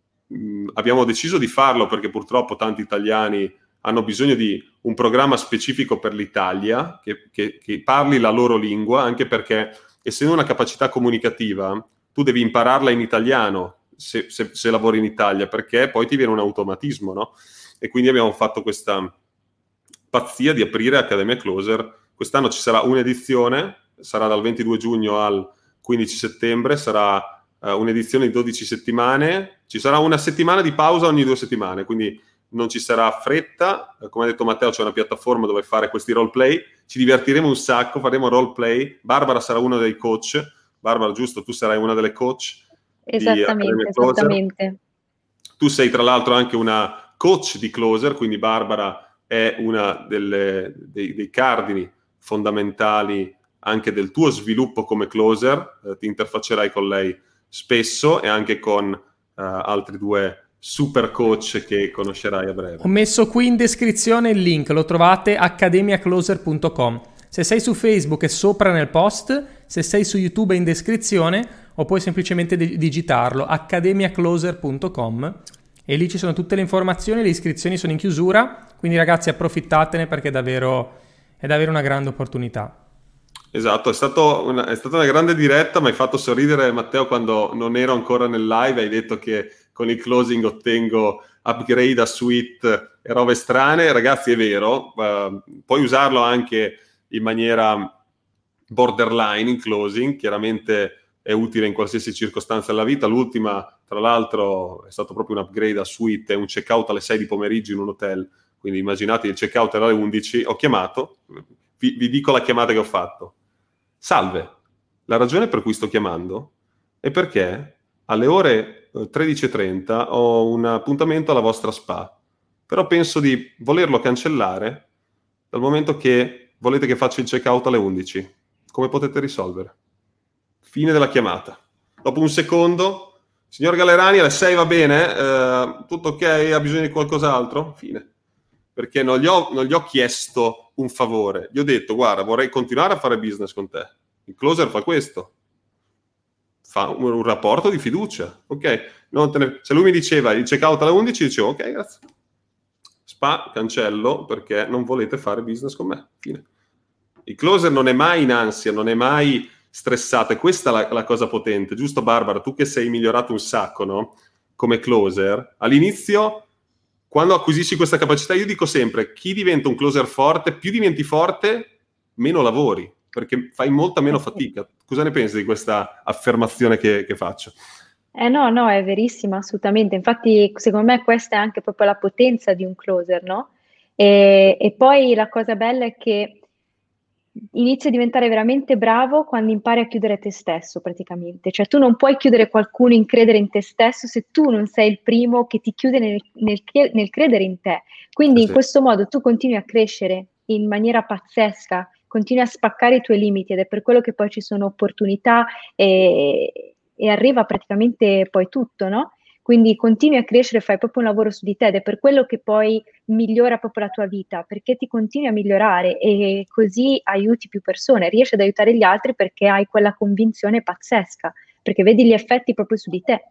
Mm, abbiamo deciso di farlo perché purtroppo tanti italiani hanno bisogno di un programma specifico per l'Italia, che, che, che parli la loro lingua, anche perché essendo una capacità comunicativa, tu devi impararla in italiano se, se, se lavori in Italia, perché poi ti viene un automatismo, no? E quindi abbiamo fatto questa pazzia di aprire Accademia Closer. Quest'anno ci sarà un'edizione, sarà dal ventidue giugno al quindici settembre, sarà uh, un'edizione di dodici settimane, ci sarà una settimana di pausa ogni due settimane, quindi non ci sarà fretta. Come ha detto Matteo, c'è una piattaforma dove fare questi roleplay, ci divertiremo un sacco, faremo roleplay. Barbara sarà uno dei coach. Barbara, giusto, tu sarai una delle coach? Esattamente, esattamente. Tu sei tra l'altro anche una coach di closer, quindi Barbara è una delle, dei, dei cardini fondamentali anche del tuo sviluppo come closer, eh, ti interfaccerai con lei spesso e anche con uh, altri due super coach che conoscerai a breve. Ho messo qui in descrizione il link, lo trovate accademia closer punto com. Se sei su Facebook è sopra nel post, se sei su YouTube è in descrizione, o puoi semplicemente di- digitarlo accademia closer punto com. E lì ci sono tutte le informazioni, le iscrizioni sono in chiusura, quindi ragazzi approfittatene perché è davvero, è davvero una grande opportunità. Esatto, è, stato una, è stata una grande diretta, mi hai fatto sorridere Matteo quando non ero ancora nel live, hai detto che con il closing ottengo upgrade a suite e robe strane. Ragazzi, è vero, uh, puoi usarlo anche in maniera borderline in closing, chiaramente è utile in qualsiasi circostanza della vita. L'ultima, tra l'altro, è stato proprio un upgrade a suite, è un checkout alle sei di pomeriggio in un hotel, quindi immaginate il checkout era alle undici, ho chiamato, vi, vi dico la chiamata che ho fatto. Salve, la ragione per cui sto chiamando è perché alle ore tredici e trenta ho un appuntamento alla vostra spa, però penso di volerlo cancellare dal momento che volete che faccia il checkout alle undici. Come potete risolvere? Fine della chiamata. Dopo un secondo, signor Gallerani, alle sei va bene? Eh, tutto ok? Ha bisogno di qualcos'altro? Fine. Perché non gli, ho, non gli ho chiesto un favore. Gli ho detto, guarda, vorrei continuare a fare business con te. Il closer fa questo. fa un, un rapporto di fiducia, ok? Non te ne... Se lui mi diceva il checkout alle undici, dicevo ok, grazie. Spa, cancello, perché non volete fare business con me. Fine. Il closer non è mai in ansia, non è mai stressato, e questa è la, la cosa potente, giusto Barbara? Tu che sei migliorato un sacco, no? Come closer, all'inizio, quando acquisisci questa capacità, io dico sempre, chi diventa un closer forte, più diventi forte, meno lavori, perché fai molta meno fatica. Cosa ne pensi di questa affermazione che, che faccio? Eh no, no, è verissima, assolutamente. Infatti, secondo me questa è anche proprio la potenza di un closer, no? E, e poi la cosa bella è che inizi a diventare veramente bravo quando impari a chiudere te stesso, praticamente. Cioè tu non puoi chiudere qualcuno in credere in te stesso se tu non sei il primo che ti chiude nel, nel, nel credere in te. Quindi Sì, in questo modo tu continui a crescere in maniera pazzesca, continui a spaccare i tuoi limiti, ed è per quello che poi ci sono opportunità e, e arriva praticamente poi tutto, no? Quindi continui a crescere, fai proprio un lavoro su di te, ed è per quello che poi migliora proprio la tua vita, perché ti continui a migliorare e così aiuti più persone, riesci ad aiutare gli altri perché hai quella convinzione pazzesca, perché vedi gli effetti proprio su di te.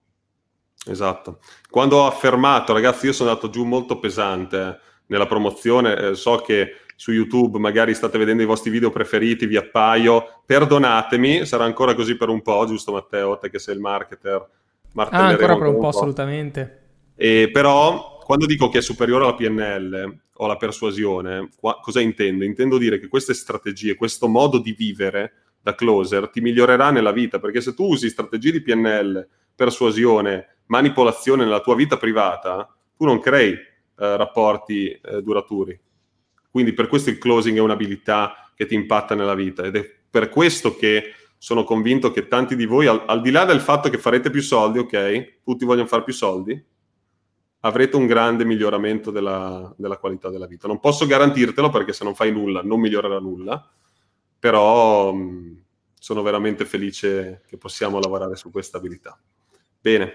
Esatto. Quando ho affermato, ragazzi, io sono andato giù molto pesante nella promozione, eh, so che su YouTube magari state vedendo i vostri video preferiti, vi appaio, perdonatemi, sarà ancora così per un po', giusto Matteo, te che sei il marketer? Ah, ancora per un po', assolutamente. E però, quando dico che è superiore alla P N L o alla persuasione, qua, cosa intendo? Intendo dire che queste strategie, questo modo di vivere da closer ti migliorerà nella vita, perché se tu usi strategie di P N L, persuasione, manipolazione nella tua vita privata, tu non crei eh, rapporti eh, duraturi. Quindi per questo il closing è un'abilità che ti impatta nella vita, ed è per questo che sono convinto che tanti di voi, al, al di là del fatto che farete più soldi, ok? Tutti vogliono fare più soldi, avrete un grande miglioramento della, della qualità della vita. Non posso garantirtelo perché se non fai nulla non migliorerà nulla, però mh, sono veramente felice che possiamo lavorare su questa abilità. Bene.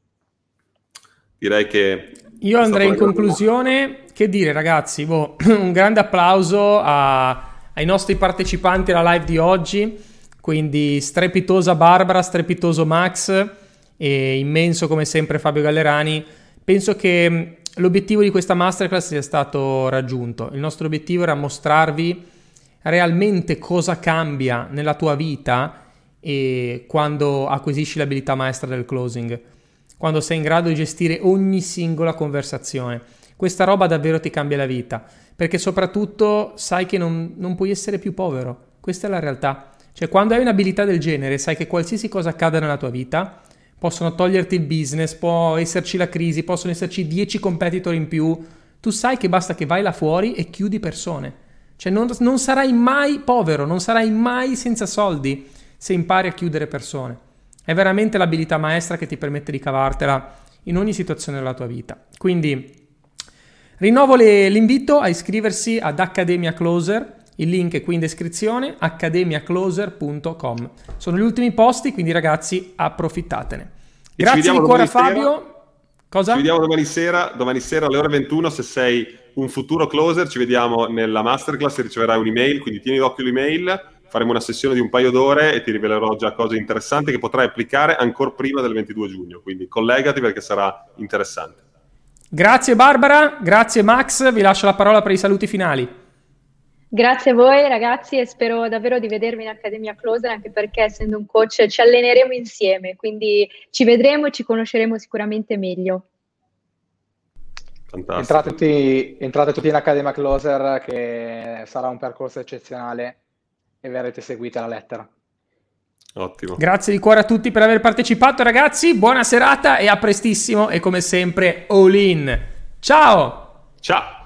Direi che... Io andrei in conclusione, che dire ragazzi, boh, un grande applauso a, ai nostri partecipanti alla live di oggi. Quindi strepitosa Barbara, strepitoso Max e immenso come sempre Fabio Gallerani. Penso che l'obiettivo di questa masterclass sia stato raggiunto. Il nostro obiettivo era mostrarvi realmente cosa cambia nella tua vita e quando acquisisci l'abilità maestra del closing, quando sei in grado di gestire ogni singola conversazione. Questa roba davvero ti cambia la vita, perché soprattutto sai che non, non puoi essere più povero. Questa è la realtà. Cioè, quando hai un'abilità del genere, sai che qualsiasi cosa accada nella tua vita, possono toglierti il business, può esserci la crisi, possono esserci dieci competitor in più, tu sai che basta che vai là fuori e chiudi persone. Cioè, non, non sarai mai povero, non sarai mai senza soldi se impari a chiudere persone. È veramente l'abilità maestra che ti permette di cavartela in ogni situazione della tua vita. Quindi, rinnovo le, l'invito a iscriversi ad Accademia Closer. Il link è qui in descrizione, accademia closer punto com. Sono gli ultimi posti, quindi ragazzi approfittatene. E grazie di cuore a Fabio. Sera. Cosa? Ci vediamo domani sera, domani sera alle ore ventuno. Se sei un futuro closer, ci vediamo nella masterclass e riceverai un'email, quindi tieni d'occhio l'email. Faremo una sessione di un paio d'ore e ti rivelerò già cose interessanti che potrai applicare ancora prima del ventidue giugno. Quindi collegati perché sarà interessante. Grazie Barbara, grazie Max. Vi lascio la parola per i saluti finali. Grazie a voi ragazzi e spero davvero di vedervi in Accademia Closer, anche perché essendo un coach ci alleneremo insieme, quindi ci vedremo e ci conosceremo sicuramente meglio. Fantastico. Entrate tutti, entrate tutti in Accademia Closer, che sarà un percorso eccezionale e verrete seguiti alla lettera. Ottimo. Grazie di cuore a tutti per aver partecipato ragazzi, buona serata e a prestissimo e come sempre all in. Ciao! Ciao!